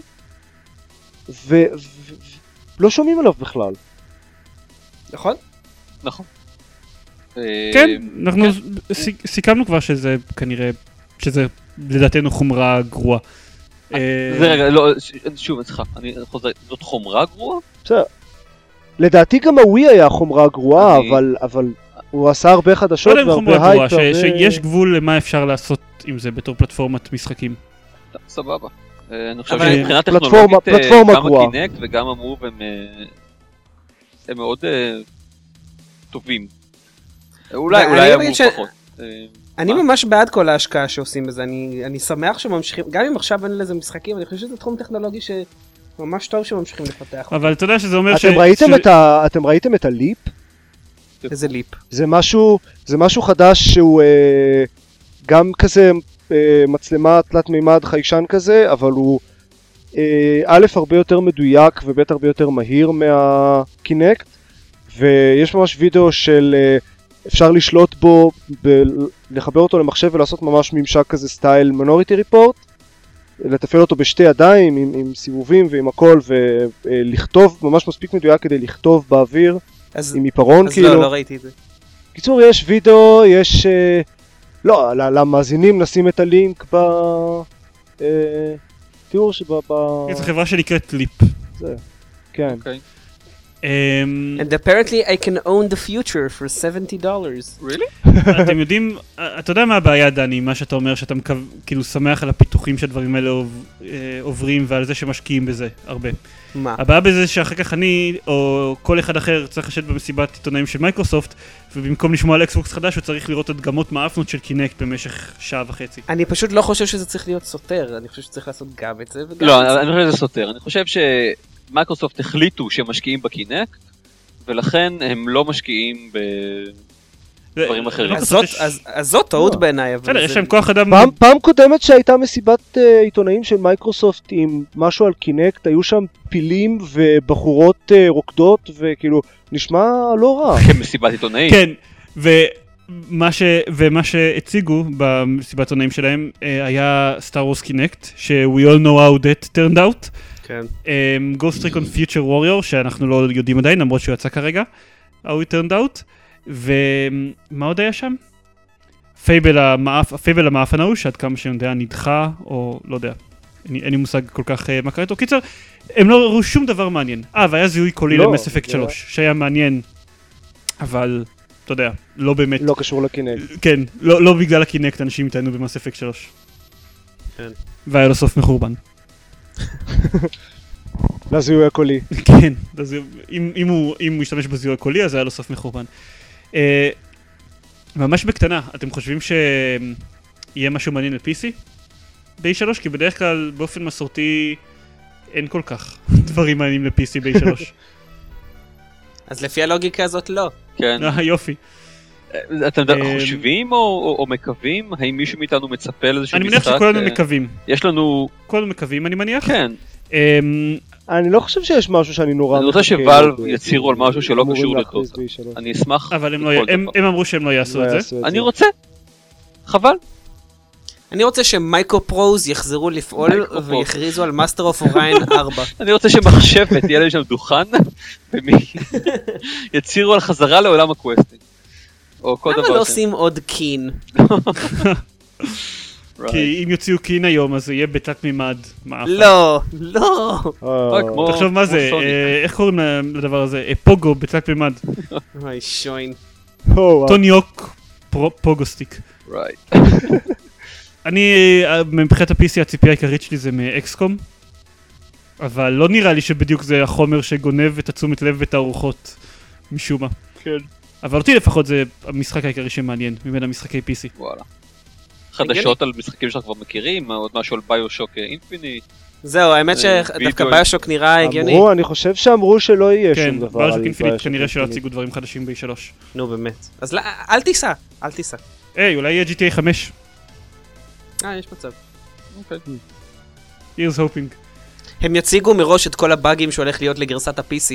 ולא שומעים עליו בכלל. נכון? נכון. כן, אנחנו סיכמנו כבר שזה כנראה, שזה לדעתנו חומרה גרועה. זה רגע, לא, שוב, אני צריכה, אני חוזר, זאת חומרה גרועה? בסדר. לדעתי גם הווי היה חומרה גרועה, אבל הוא עשה הרבה חדשות והרבה הייפ. שיש גבול למה אפשר לעשות עם זה בתור פלטפורמת משחקים. סבבה. אני חושב שמבחינה טכנולוגית, גם הקינקט וגם המוב הם מאוד טובים. אולי המוב פחות. אני ממש בעד כל ההשקעה שעושים בזה, אני, אני שמח שממשיכים, גם אם עכשיו אין לזה משחקים, אני חושב שזה תחום טכנולוגי שממש טוב שממשיכים לפתח. אבל אתה יודע שזה אומר אתם ש... ראיתם ש... את ה... אתם ראיתם את הליפ? איזה ליפ? זה משהו, זה משהו חדש שהוא אה, גם כזה אה, מצלמה תלת מימד חיישן כזה, אבל הוא אה, א' הרבה יותר מדויק וב' הרבה יותר מהיר מהקינקט, ויש ממש וידאו של... אה, אפשר לשלוט בו, ב- לחבר אותו למחשב ולעשות ממש ממשק כזה סטייל מינוריטי ריפורט, לתפעל אותו בשתי ידיים עם, עם סיבובים ועם הכל ולכתוב ממש מספיק מדויק כדי לכתוב באוויר אז, עם עיפרון אז כאילו. לא, לא ראיתי את זה. קיצור, יש וידאו, יש... לא, למאזינים נשים את הלינק ב... תיאור שב... זו חברה שנקראת ליפ. זה, כן. אוקיי. And apparently I can own the future for seventy dollars. Really? אתם יודעים, אתה יודע מה הבעיה, דני, מה שאתה אומר, שאתה כאילו שמח על הפיתוחים שהדברים האלה עוברים ועל זה שמשקיעים בזה הרבה. מה? הבעיה בזה שאחר כך אני, או כל אחד אחר, צריך לשבת במסיבת עיתונאים של מייקרוסופט, ובמקום לשמוע על אקסבוקס חדש, הוא צריך לראות הדגמות מאפנות של קינקט במשך שעה וחצי. אני פשוט לא חושב שזה צריך להיות סותר, אני חושב שצריך לעשות גם את זה וגם את זה. לא, אני חושב שזה סותר, אני חושב ש... מייקרוסופט החליטו שהם משקיעים בקינקט, ולכן הם לא משקיעים בדברים אחרים. אז זאת טעות בעיניי. בסדר, יש להם כוח אדם... פעם קודמת שהייתה מסיבת עיתונאים של מייקרוסופט עם משהו על קינקט, היו שם פילים ובחורות רוקדות, וכאילו, נשמע לא רע. כמסיבת עיתונאים. כן, ומה שהציגו במסיבת עיתונאים שלהם היה Star Wars Kinect, ש-we all know how that turned out. כן. Ghost Recon Future Warrior, שאנחנו לא יודעים עדיין, למרות שהוא יצא כרגע, how it turned out, ומה עוד היה שם? פייבל המאף, הפייבל המאפן ההוא, שעד כמה שאני יודע נדחה, או לא יודע, אין לי מושג כל כך מה קרה איתו. קיצר, הם לא ראו שום דבר מעניין. אה, והיה זיהוי קולי למס אפקט שלוש, שהיה מעניין, אבל, אתה יודע, לא באמת... לא קשור לקינקט. כן, לא בגלל הקינקט אנשים איתנו במס אפקט שלוש. כן. והיה לו סוף מחורבן. לזיהוי הקולי. כן, אם הוא ישתמש בזיהוי הקולי, אז היה לו סוף מחורבן. ממש בקטנה, אתם חושבים שיהיה משהו מעניין ל-פי סי? ב-איי שלוש, כי בדרך כלל באופן מסורתי אין כל כך דברים מעניינים ל-פי סי ב-איי שלוש. אז לפי הלוגיקה הזאת לא. כן. יופי. אתם חושבים או מקווים? האם מישהו מאיתנו מצפה לאיזשהו משחק? אני מניח שכולנו מקווים. יש לנו... כולנו מקווים, אני מניח. כן. אני לא חושב שיש משהו שאני נורא... אני רוצה שוואלב יצירו על משהו שלא קשור לדוטה. אני אשמח... אבל הם אמרו שהם לא יעשו את זה. אני רוצה. חבל. אני רוצה שמייקרו פרוז יחזרו לפעול ויכריזו על מאסטר אוף אוריין ארבע. אני רוצה שמחשבת יהיה להם שם דוכן יצירו על חזרה לעולם הקווסטים. למה לא עושים עוד קין? כי אם יוציאו קין היום, אז זה יהיה בתלת מימד. לא, לא. תחשוב מה זה, איך קוראים לדבר הזה? פוגו בתלת מימד. אוי, שוין. טוני הוק פוגוסטיק. אני, מבחינת ה-פי סי הציפייה העיקרית שלי זה מאקסקום, אבל לא נראה לי שבדיוק זה החומר שגונב את התשומת לב ואת הארוחות משום מה. כן. אבל אותי לפחות זה המשחק העיקרי שמעניין, מבין המשחקי פי סי. וואלה. חדשות על משחקים שאנחנו כבר מכירים, עוד משהו על ביושוק אינפיניט. זהו, האמת שדווקא ביושוק נראה הגיוני. אמרו, אני חושב שאמרו שלא יהיה כן, שום דבר. ביושוק אינפיניט כנראה שלא הציגו דברים חדשים בי שלוש. נו באמת. אז אל תיסע, אל תיסע. היי, אולי יהיה ג'י טי איי חמש. אה, יש מצב. אוקיי. Here's hoping. הם יציגו מראש את כל הבאגים שהולך להיות לגרסת ה-פי סי.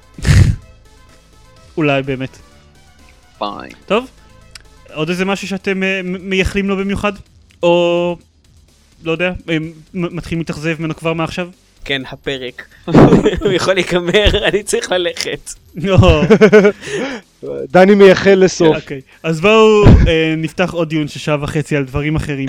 אולי באמת. פיין. טוב, עוד איזה משהו שאתם מייחלים לו במיוחד? או, לא יודע, מתחילים להתאכזב ממנו כבר מעכשיו? כן, הפרק. הוא יכול להיגמר, אני צריך ללכת. לא. דני מייחל לסוף. אוקיי, אז בואו נפתח עוד דיון של שעה וחצי על דברים אחרים.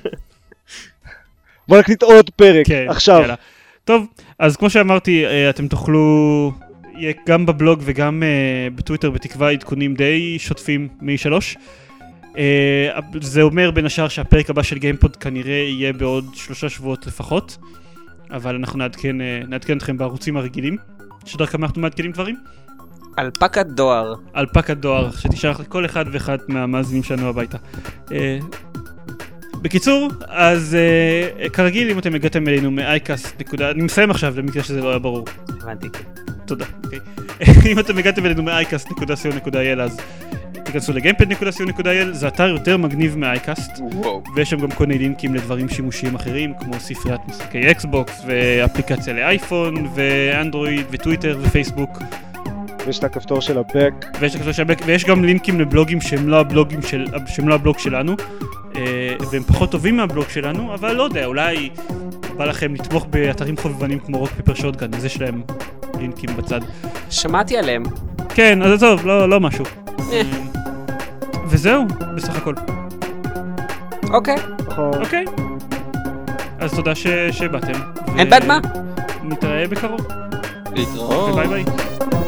בוא נקליט עוד פרק, עכשיו. טוב, אז כמו שאמרתי, אתם תוכלו, יהיה גם בבלוג וגם בטוויטר בתקווה עדכונים די שוטפים מ שלוש. זה אומר בין השאר שהפרק הבא של גיימפוד כנראה יהיה בעוד שלושה שבועות לפחות, אבל אנחנו נעדכן, נעדכן אתכם בערוצים הרגילים, שדרכם אנחנו מעדכנים דברים. אלפקת דואר. אלפקת דואר, שתשלח לכל אחד ואחד מהמאזינים שלנו הביתה. בקיצור, אז uh, כרגיל, אם אתם הגעתם אלינו מ-אייקאסט, אני מסיים עכשיו למקרה שזה לא היה ברור. הבנתי. תודה, אוקיי. אם אתם הגעתם אלינו מ-אייקאסט נקודה סי או נקודה איי אל, אז תיכנסו לגיימפד נקודה סי או נקודה איי אל, זה אתר יותר מגניב מ-אייקאסט, ויש שם גם כל מיני לינקים לדברים שימושיים אחרים, כמו ספריית משחקי אקסבוקס, ואפליקציה לאייפון, ואנדרואיד, וטוויטר, ופייסבוק. ויש את הכפתור של הבק. ויש את הכפתור של הבק, ויש גם לינקים לבלוגים שהם לא הבלוגים של, שהם לא הבלוג שלנו. והם פחות טובים מהבלוג שלנו, אבל לא יודע, אולי בא לכם לתמוך באתרים חובבנים כמו רוק פפר שוטגן, אז יש להם לינקים בצד. שמעתי עליהם. כן, אז טוב, לא, לא משהו. וזהו, בסך הכל. אוקיי. אוקיי. אז תודה שבאתם. אין בעד מה? נתראה בקרוב. להתראות. ביי ביי.